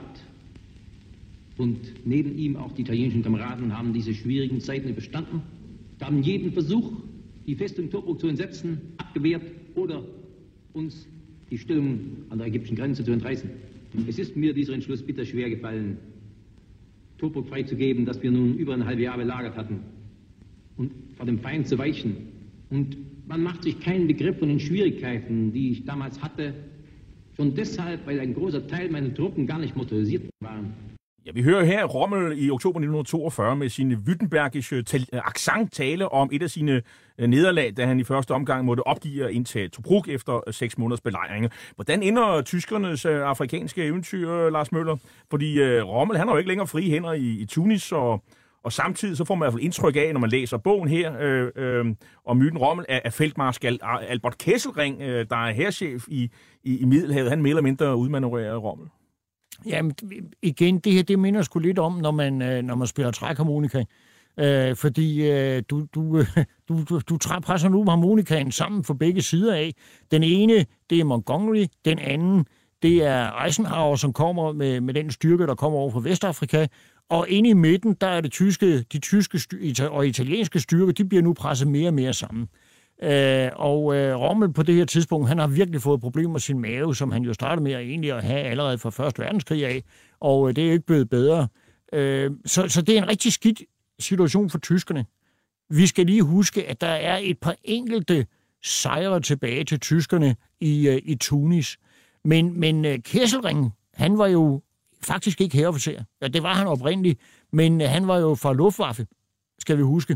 und neben ihm auch die italienischen Kameraden haben diese schwierigen Zeiten überstanden, haben jeden Versuch, die Festung Tobruk zu entsetzen, abgewehrt oder uns die Stellung an der ägyptischen Grenze zu entreißen. Es ist mir dieser Entschluss bitter schwer gefallen, Tobruk freizugeben, das wir nun über ein halbes Jahr belagert hatten, und vor dem Feind zu weichen. Und man macht sich keinen Begriff von den Schwierigkeiten, die ich damals hatte, schon deshalb, weil ein großer Teil meiner Truppen gar nicht motorisiert waren. Ja, vi hører her Rommel i oktober nitten toogfyrre med sin württembergische accent tale om et af sine nederlag, da han i første omgang måtte opgive at indtage Tobruk efter seks måneders belejring. Hvordan ender tyskernes afrikanske eventyr, Lars Møller? Fordi Rommel, han har jo ikke længere frie hænder i, i Tunis, og, og samtidig så får man i hvert fald indtryk af, når man læser bogen her øh, øh, om myten Rommel, af, af feltmarskal Albert Kesselring, øh, der er hærchef i, i, i Middelhavet. Han mere eller mindre udmanøvrerer Rommel. Jamen, igen, det her, det minder sgu lidt om, når man, når man spiller trækharmonika. Øh, fordi øh, du, du, du, du, du presser nu harmonikaen sammen for begge sider af. Den ene, det er Montgomery, den anden, Det er Eisenhower, som kommer med, med den styrke, der kommer over fra Vestafrika. Og inde i midten, der er det tyske, de tyske styr, og italienske styrker, de bliver nu presset mere og mere sammen. Øh, og øh, Rommel på det her tidspunkt, han har virkelig fået problemer med sin mave, som han jo startede med at, egentlig at have allerede fra første verdenskrig af. Og øh, det er ikke blevet bedre. Øh, så, så det er en rigtig skidt situation for tyskerne. Vi skal lige huske, at der er et par enkelte sejre tilbage til tyskerne i, uh, i Tunis. Men, men uh, Kesselring, han var jo faktisk ikke hærofficer. Ja, det var han oprindeligt, men uh, han var jo fra Luftwaffe, skal vi huske,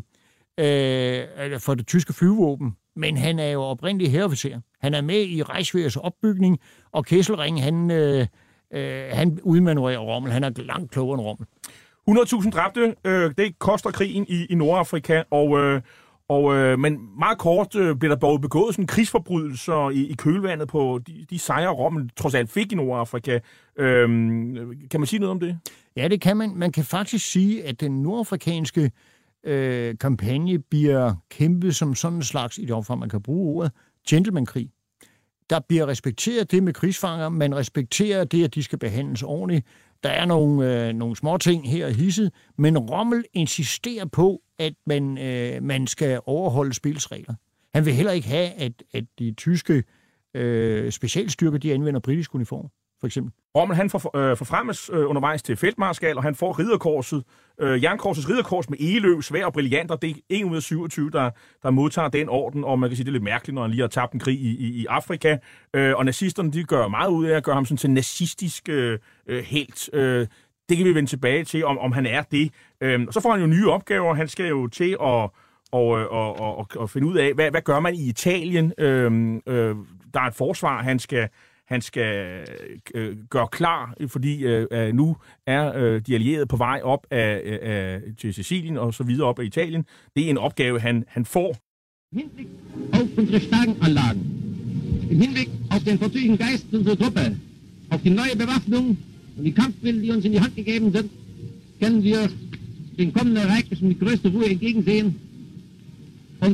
uh, for det tyske flyvåben. Men han er jo oprindeligt hærofficer. Han er med i Reichswehrs opbygning, og Kesselring, han, uh, uh, han udmanøvrerer Rommel. Han er langt klogere end Rommel. hundrede tusind dræbte, øh, det koster krigen i, i Nordafrika, og, øh, og, øh, men meget kort øh, blev der dog begået sådan krigsforbrydelser i, i kølvandet på de, de sejre, Rommel trods alt fik i Nordafrika. Øh, kan man sige noget om det? Ja, det kan man. Man kan faktisk sige, at den nordafrikanske øh, kampagne bliver kæmpet som sådan en slags, i det omfang man kan bruge ordet, gentleman-krig. Der bliver respekteret det med krigsfanger, man respekterer det, at de skal behandles ordentligt. Der er nogle, øh, nogle små ting her i hisset, men Rommel insisterer på, at man, øh, man skal overholde spilsregler. Han vil heller ikke have, at, at de tyske øh, specialstyrker, de anvender britisk uniform, for eksempel. Rommel, han får, øh, forfremmes øh, undervejs til feltmarskal, og han får ridderkorset, øh, jernkorsets ridderkors med egeløv, svær og brillanter. Det er en ud af syvogtyve, der, der modtager den orden, og man kan sige, det er lidt mærkeligt, når han lige har tabt en krig i, i, i Afrika. Øh, og nazisterne, de gør meget ud af at gøre ham sådan til nazistisk øh, helt. Øh, det kan vi vende tilbage til, om, om han er det. Øh, og så får han jo nye opgaver. Han skal jo til at og, og, og, og finde ud af, hvad, hvad gør man i Italien? Øh, øh, der er et forsvar, han skal... Han skal øh, gøre klar, fordi øh, nu er øh, de allierede på vej op af, af, til Sicilien og så videre op af Italien. Det er en opgave, han, han får. Hinblick auf unsere starken Anlagen, im Hinblick auf den vorzüglichen Geist unserer Truppe, auf die neue Bewaffnung und die Kampfmittel, die uns in die Hand gegeben sind, können wir den kommenden Ereignissen mit größter Ruhe entgegensehen und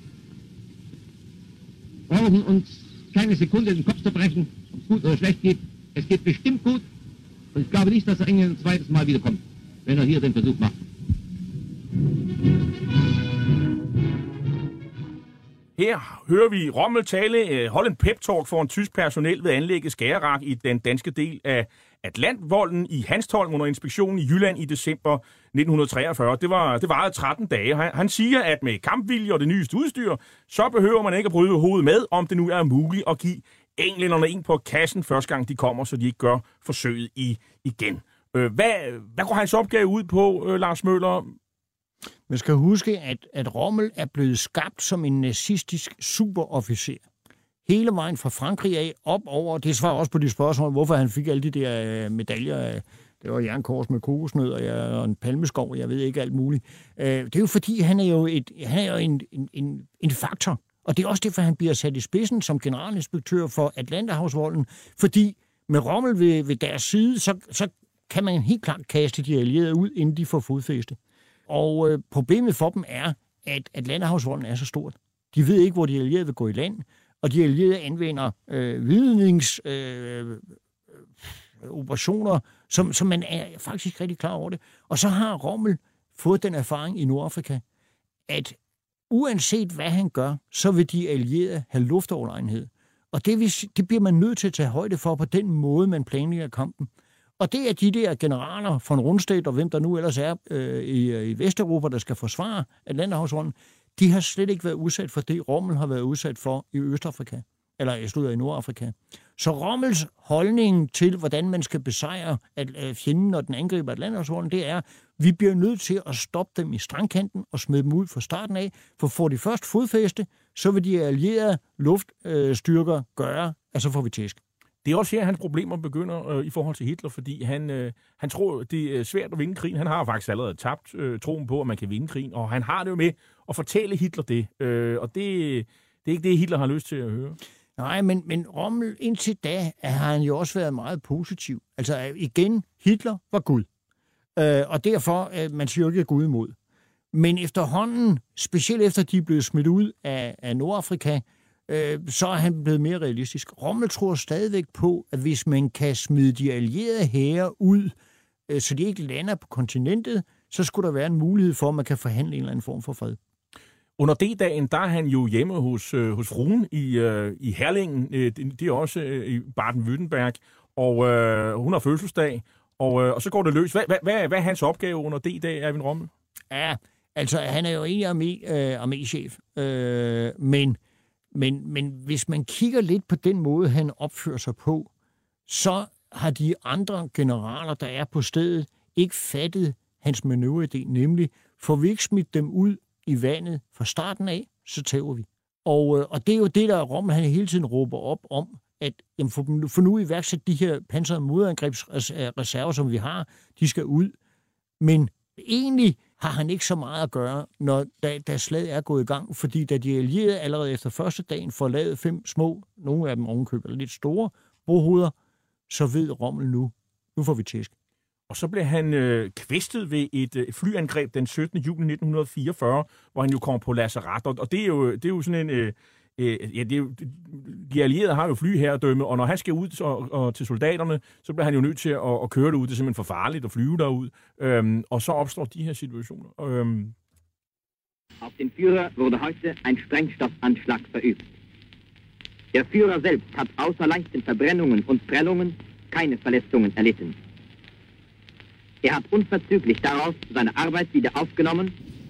brauchen uns keine Sekunde den Kopf zu brechen, ob es gut oder schlecht geht. Es geht bestimmt gut. Und ich glaube nicht, dass er England ein zweites Mal wiederkommt, wenn er hier den Versuch macht. Her hører vi Rommel tale, holde en pep-talk for en tysk personel ved anlægget Skagerrak i den danske del af Atlantvolden i Hanstholm under inspektionen i Jylland i december nitten treogfyrre. Det var det varede tretten dage. Han, han siger, at med kampvilje og det nyeste udstyr, så behøver man ikke at bryde hovedet med, om det nu er muligt at give englænderne en på kassen første gang de kommer, så de ikke gør forsøget i, igen. Øh, hvad, hvad går hans opgave ud på, øh, Lars Møller? Man skal huske, at, at Rommel er blevet skabt som en nazistisk superofficer. Hele vejen fra Frankrig af, op over, det svarer også på de spørgsmål, hvorfor han fik alle de der øh, medaljer. Det var jernkors med kokosnødder og en palmeskov, jeg ved ikke alt muligt. Øh, det er jo fordi, han er jo, et, han er jo en, en, en faktor. Og det er også derfor, han bliver sat i spidsen som generalinspektør for Atlanterhavsvolden. Fordi med Rommel ved, ved deres side, så, så kan man helt klart kaste de allierede ud, inden de får fodfæste. Og øh, problemet for dem er, at Atlanterhavsvolden er så stort. De ved ikke, hvor de allierede vil gå i land, og de allierede anvender øh, vidningsoperationer, øh, som, som man er faktisk rigtig klar over det. Og så har Rommel fået den erfaring i Nordafrika, at uanset hvad han gør, så vil de allierede have luftoverlegenhed. Og det, vil, det bliver man nødt til at tage højde for på den måde, man planlægger kampen. Og det er de der generaler von Rundstedt, og hvem der nu ellers er øh, i, i Vesteuropa, der skal forsvare Atlanterhavsvolden, de har slet ikke været udsat for det, Rommel har været udsat for i Østafrika, eller jeg slutter i Nordafrika. Så Rommels holdning til, hvordan man skal besejre fjenden, når den angriber Atlanterhavsvolden, det er, vi bliver nødt til at stoppe dem i strandkanten og smide dem ud fra starten af, for får de først fodfæste, så vil de allierede luftstyrker gøre, og så får vi tæsk. Det er også her, hans problemer begynder øh, i forhold til Hitler, fordi han, øh, han tror, det er svært at vinde krigen. Han har faktisk allerede tabt øh, troen på, at man kan vinde krigen, og han har det jo med at fortælle Hitler det. Øh, og det, det er ikke det, Hitler har lyst til at høre. Nej, men, men Rommel indtil da har han jo også været meget positiv. Altså igen, Hitler var Gud. Øh, og derfor, øh, man siger jo ikke Gud imod. Men efterhånden, specielt efter de er blevet smidt ud af, af Nordafrika, øh, så er han blevet mere realistisk. Rommel tror stadigvæk på, at hvis man kan smide de allierede hære ud, øh, så de ikke lander på kontinentet, så skulle der være en mulighed for, at man kan forhandle en eller anden form for fred. Under D-dagen, der er han jo hjemme hos, øh, hos fruen i, øh, i Herlingen. Øh, det, det er også øh, i Baden-Württemberg. Og øh, hun har fødselsdag. Og, øh, og så går det løs. Hvad, hvad, hvad, hvad er hans opgave under D-dag, Erwin Rommel? Ja, altså han er jo egentlig armé, øh, arméchef. Øh, men, men, men hvis man kigger lidt på den måde, han opfører sig på, så har de andre generaler, der er på stedet, ikke fattet hans manøvreidé, nemlig får vi ikke smidt dem ud i vandet fra starten af, så tager vi. Og, og det er jo det, der Rommel han hele tiden råber op om, at jamen, for, for nu iværksætte de her pansrede modangrebsreserver, som vi har, de skal ud. Men egentlig har han ikke så meget at gøre, når da, da slaget er gået i gang, fordi da de allierede allerede efter første dagen får lavet fem små, nogle af dem ovenkøb, eller lidt store brohoveder, så ved Rommel nu, nu får vi tæsk. Og så blev han øh, kvæstet ved et øh, flyangreb den syttende juli nitten fireogfyrre, hvor han jo kom på lazaret. Og, og det, er jo, det er jo sådan en... Øh, øh, ja, det er jo, de allierede har jo flyherredømme, og når han skal ud og, og til soldaterne, så bliver han jo nødt til at, at køre derud. Det er simpelthen for farligt at flyve derud. Øhm, og så opstår de her situationer. Øhm. Auf den Führer wurde heute ein Sprengstoffanschlag verübt. Der Führer selbst hat außer leichten Verbrennungen und Prellungen keine Verletzungen erlitten. Er hat unverzüglich darauf seine Arbeit wieder aufgenommen.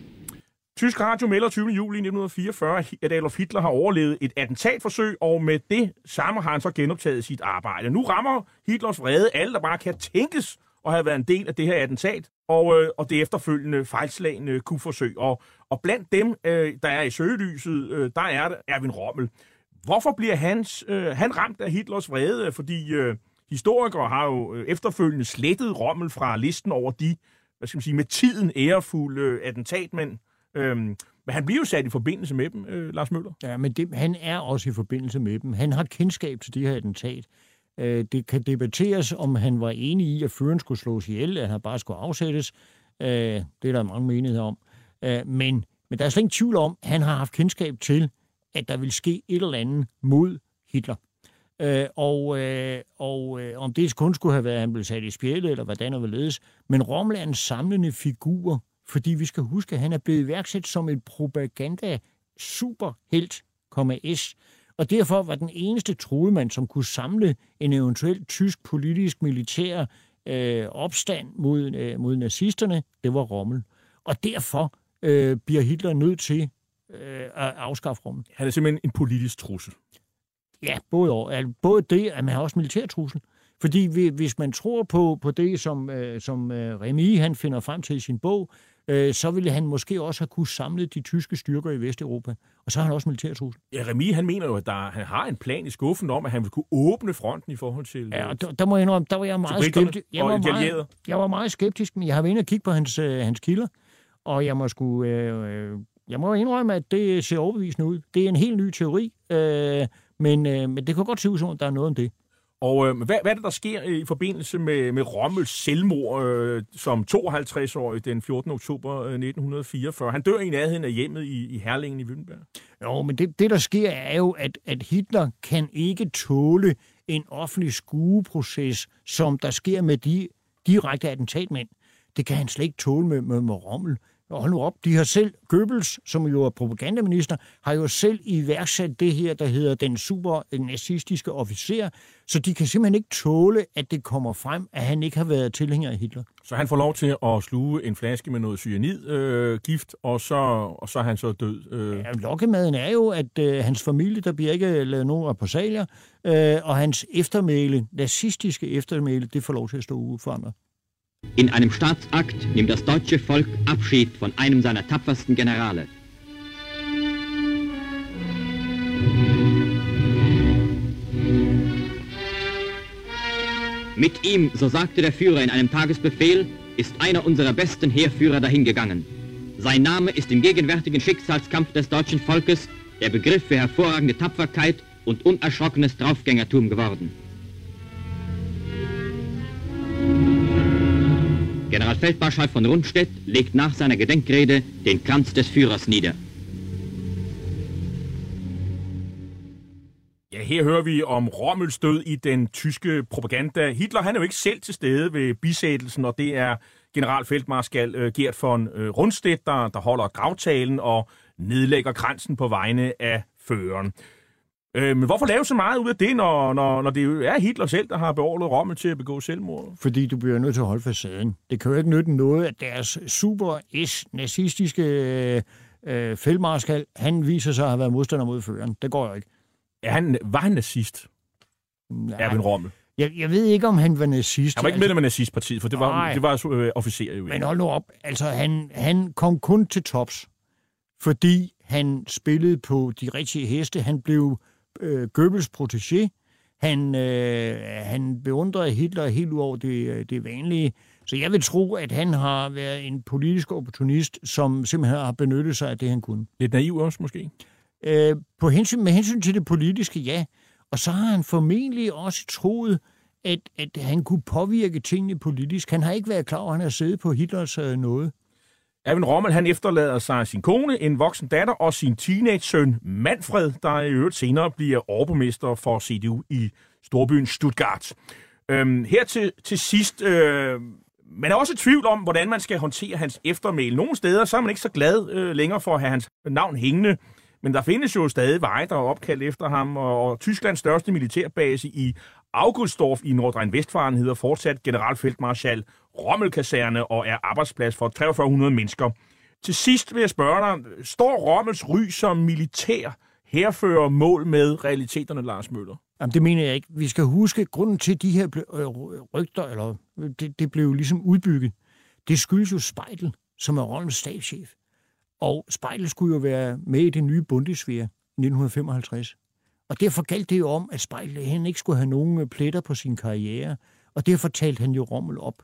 Tysk radio melder tyvende juli nitten fireogfyrre, at Adolf Hitler har overlevet et attentatforsøg, og med det samme har han så genoptaget sit arbejde. Nu rammer Hitlers vrede alle, der bare kan tænkes at have været en del af det her attentat, og, øh, og det efterfølgende fejlslagende kupforsøg. Og, og blandt dem, øh, der er i søgelyset, øh, der er det Erwin Rommel. Hvorfor bliver hans, øh, han ramt af Hitlers vrede? Fordi... Øh, Historikere har jo efterfølgende slettet Rommel fra listen over de, hvad skal man sige, med tiden ærefulde attentatmænd. Øhm, men han bliver jo sat i forbindelse med dem, øh, Lars Møller. Ja, men det, han er også i forbindelse med dem. Han har kendskab til de her attentat. Øh, det kan debatteres, om han var enig i, at føreren skulle slås ihjel, at han bare skulle afsættes. Øh, det er der mange menigheder om. Øh, men, men der er slet ingen tvivl om, at han har haft kendskab til, at der vil ske et eller andet mod Hitler. Øh, og øh, og øh, om det kun skulle have været, at han blev sat i spjældet, eller hvordan der vil ledes. Men Rommel er en samlende figur, fordi vi skal huske, at han er blevet iværksat som en propaganda-superhelt, S. Og derfor var den eneste truemand, som kunne samle en eventuel tysk politisk militær øh, opstand mod, øh, mod nazisterne, det var Rommel. Og derfor øh, bliver Hitler nødt til øh, at afskaffe Rommel. Han er simpelthen en politisk trussel. Ja, både, og, både det, at man har også militærtrussel. Fordi vi, hvis man tror på, på det, som, øh, som øh, Rémy han finder frem til i sin bog, øh, så ville han måske også have kunne samle de tyske styrker i Vesteuropa. Og så har han også militærtrussel. Ja, Rémy han mener jo, at der, han har en plan i skuffen om, at han vil kunne åbne fronten i forhold til... Ja, og der, der må jeg indrømme, der var jeg meget skeptisk. Jeg var meget, jeg var meget skeptisk, men jeg har været inde og kigge på hans, øh, hans kilder, og jeg må sgu... Øh, jeg må indrømme, at det ser overbevisende ud. Det er en helt ny teori, øh, Men, øh, men det kan godt se ud som, at der er noget om det. Og øh, hvad, hvad er det, der sker i forbindelse med, med Rommels selvmord øh, som tooghalvtreds-årig den fjortende oktober nitten fireogfyrre? Han dør i nærheden af hjemmet i, i Herlingen i Württemberg. Jo, men det, det der sker er jo, at, at Hitler kan ikke tåle en offentlig skueproces, som der sker med de direkte attentatmænd. Det kan han slet ikke tåle med, med, med Rommel. Og hold nu op, de har selv, Goebbels, som jo er propagandaminister, har jo selv iværksat det her, der hedder den super-nazistiske officer, så de kan simpelthen ikke tåle, at det kommer frem, at han ikke har været tilhænger af Hitler. Så han får lov til at sluge en flaske med noget cyanidgift, øh, og, så, og så er han så død. Øh. Ja, lokkemaden er jo, at øh, hans familie, der bliver ikke lavet nogen repressalier, øh, og hans eftermæle, nazistiske eftermæle, det får lov til at stå ude for andre. In einem Staatsakt nimmt das deutsche Volk Abschied von einem seiner tapfersten Generale. Mit ihm, so sagte der Führer in einem Tagesbefehl, ist einer unserer besten Heerführer dahingegangen. Sein Name ist im gegenwärtigen Schicksalskampf des deutschen Volkes der Begriff für hervorragende Tapferkeit und unerschrockenes Draufgängertum geworden. Generalfeldmarschall von Rundstedt legt nach seiner Gedenkrede den Kranz des Führers nieder. Ja, her hører vi om Rommels død i den tyske propaganda. Hitler han er jo ikke selv til stede ved bisættelsen, og det er generalfeltmarskal øh, Gert von øh, Rundstedt, der, der holder gravtalen og nedlægger kransen på vegne af føreren. Øh, men hvorfor lave så meget ud af det, når, når, når det jo er Hitler selv, der har beordret Rommel til at begå selvmord? Fordi du bliver nødt til at holde facaden. Det kan jo ikke nytte noget, at deres super-S-nazistiske øh, feltmarskal, han viser sig at have været modstander mod føreren. Det går jo ikke. Ja, han, var han nazist? Ja, Erwin Rommel. Jeg, jeg ved ikke, om han var nazist. Han var ikke medlem af nazistpartiet, for det var, det var øh, officerer jo. Men hold nu op. Altså, han, han kom kun til tops, fordi han spillede på de rigtige heste. Han blev øh, Goebbels protégé. Han, øh, han beundrede Hitler helt ud over det, det vanlige. Så jeg vil tro, at han har været en politisk opportunist, som simpelthen har benyttet sig af det, han kunne. Lidt naiv også, måske? Øh, på hensyn, med hensyn til det politiske, ja. Og så har han formentlig også troet, at, at han kunne påvirke tingene politisk. Han har ikke været klar over, at han har siddet på Hitlers øh, nåde. Erwin Rommel, han efterlader sig sin kone, en voksen datter og sin teenage-søn Manfred, der i øvrigt senere bliver overborgmester for C D U i storbyen Stuttgart. Øhm, her til, til sidst, øh, man er også i tvivl om, hvordan man skal håndtere hans eftermæl. Nogle steder så er man ikke så glad øh, længere for at have hans navn hængende, men der findes jo stadig veje, der er opkaldt efter ham, og, og Tysklands største militærbase i Augustdorf i Nordrhein-Westfalen hedder fortsat generalfeltmarskal Rommel-kaserne og er arbejdsplads for tre tusind fem hundrede mennesker. Til sidst vil jeg spørge dig, står Rommels ry som militær hærfører mål med realiteterne, Lars Møller? Jamen, det mener jeg ikke. Vi skal huske, grunden til de her rygter, eller det, det blev ligesom udbygget, det skyldes jo Speidel, som er Rommels stabschef. Og Speidel skulle jo være med i det nye Bundeswehr i nitten femoghalvtreds. Og derfor galt det jo om, at Speidel han ikke skulle have nogen pletter på sin karriere. Og derfor talte han jo Rommel op.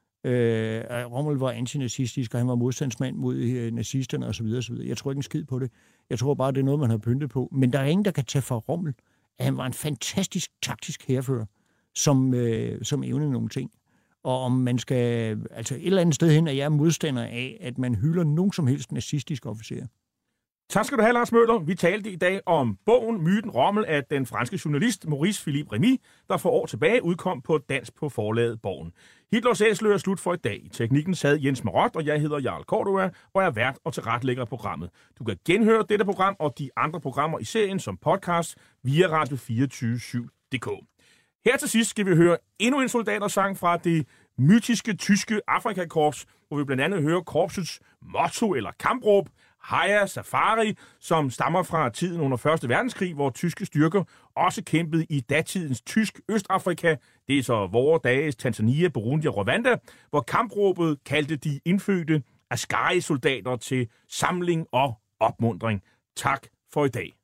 Øh, Rommel var antinazistisk, og han var modstandsmand mod øh, nazisterne osv. osv. Jeg tror ikke en skid på det. Jeg tror bare, det er noget, man har pyntet på. Men der er ingen, der kan tage fra Rommel, at han var en fantastisk taktisk hærfører, som, øh, som evnede nogle ting. Og om man skal, altså et eller andet sted hen, er jeg modstander af, at man hylder nogen som helst nazistisk officer. Tak skal du have, Lars Møller. Vi talte i dag om bogen Myten Rommel af den franske journalist Maurice Philippe Remy, der for år tilbage udkom på dansk på forlaget Borgen. Hitlers Æseløer er slut for i dag. I teknikken sad Jens Marot, og jeg hedder Jarl Cordua, og jeg er vært og tilrettelægger programmet. Du kan genhøre dette program og de andre programmer i serien som podcast via radio to fire syv punktum d k. Her til sidst skal vi høre endnu en soldatersang fra det mytiske tyske Afrikakorps, hvor vi blandt andet hører korpsets motto eller kampråb, Haya Safari, som stammer fra tiden under første verdenskrig, hvor tyske styrker også kæmpede i datidens tysk Østafrika. Det er så vore dages Tanzania, Burundi og Rwanda, hvor kampråbet kaldte de indfødte Askari-soldater til samling og opmuntring. Tak for i dag.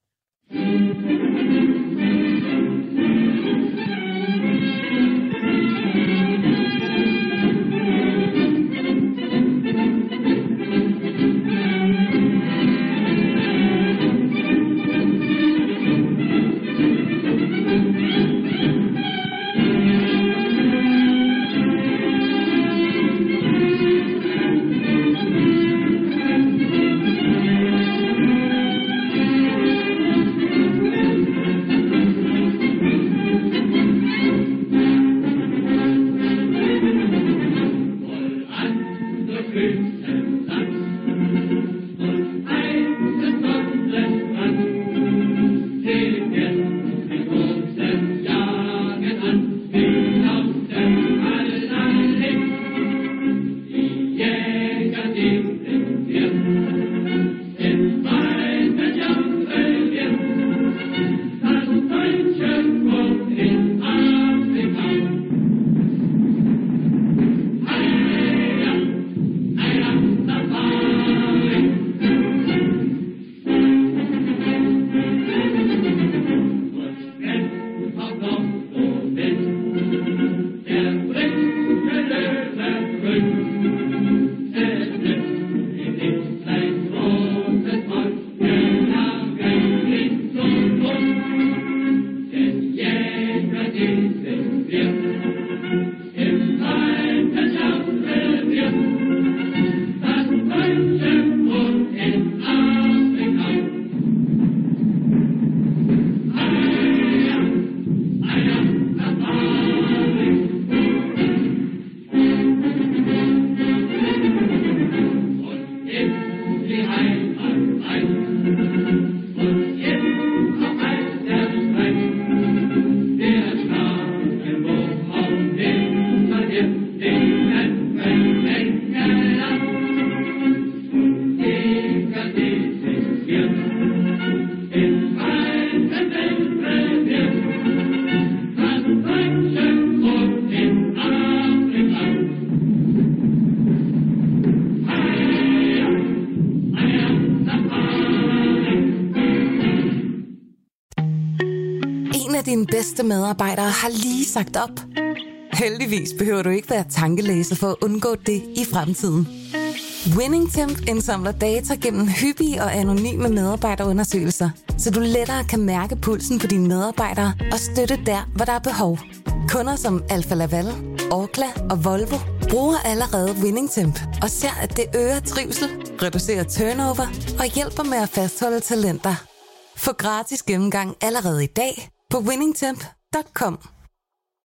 En af dine bedste medarbejdere har lige sagt op. Heldigvis behøver du ikke være tankelæser for at undgå det i fremtiden. WinningTemp indsamler data gennem hyppige og anonyme medarbejderundersøgelser, så du lettere kan mærke pulsen på dine medarbejdere og støtte der, hvor der er behov. Kunder som Alfa Laval, Orkla og Volvo bruger allerede WinningTemp og ser, at det øger trivsel, reducerer turnover og hjælper med at fastholde talenter. Få gratis gennemgang allerede i dag på winningtemp punktum com.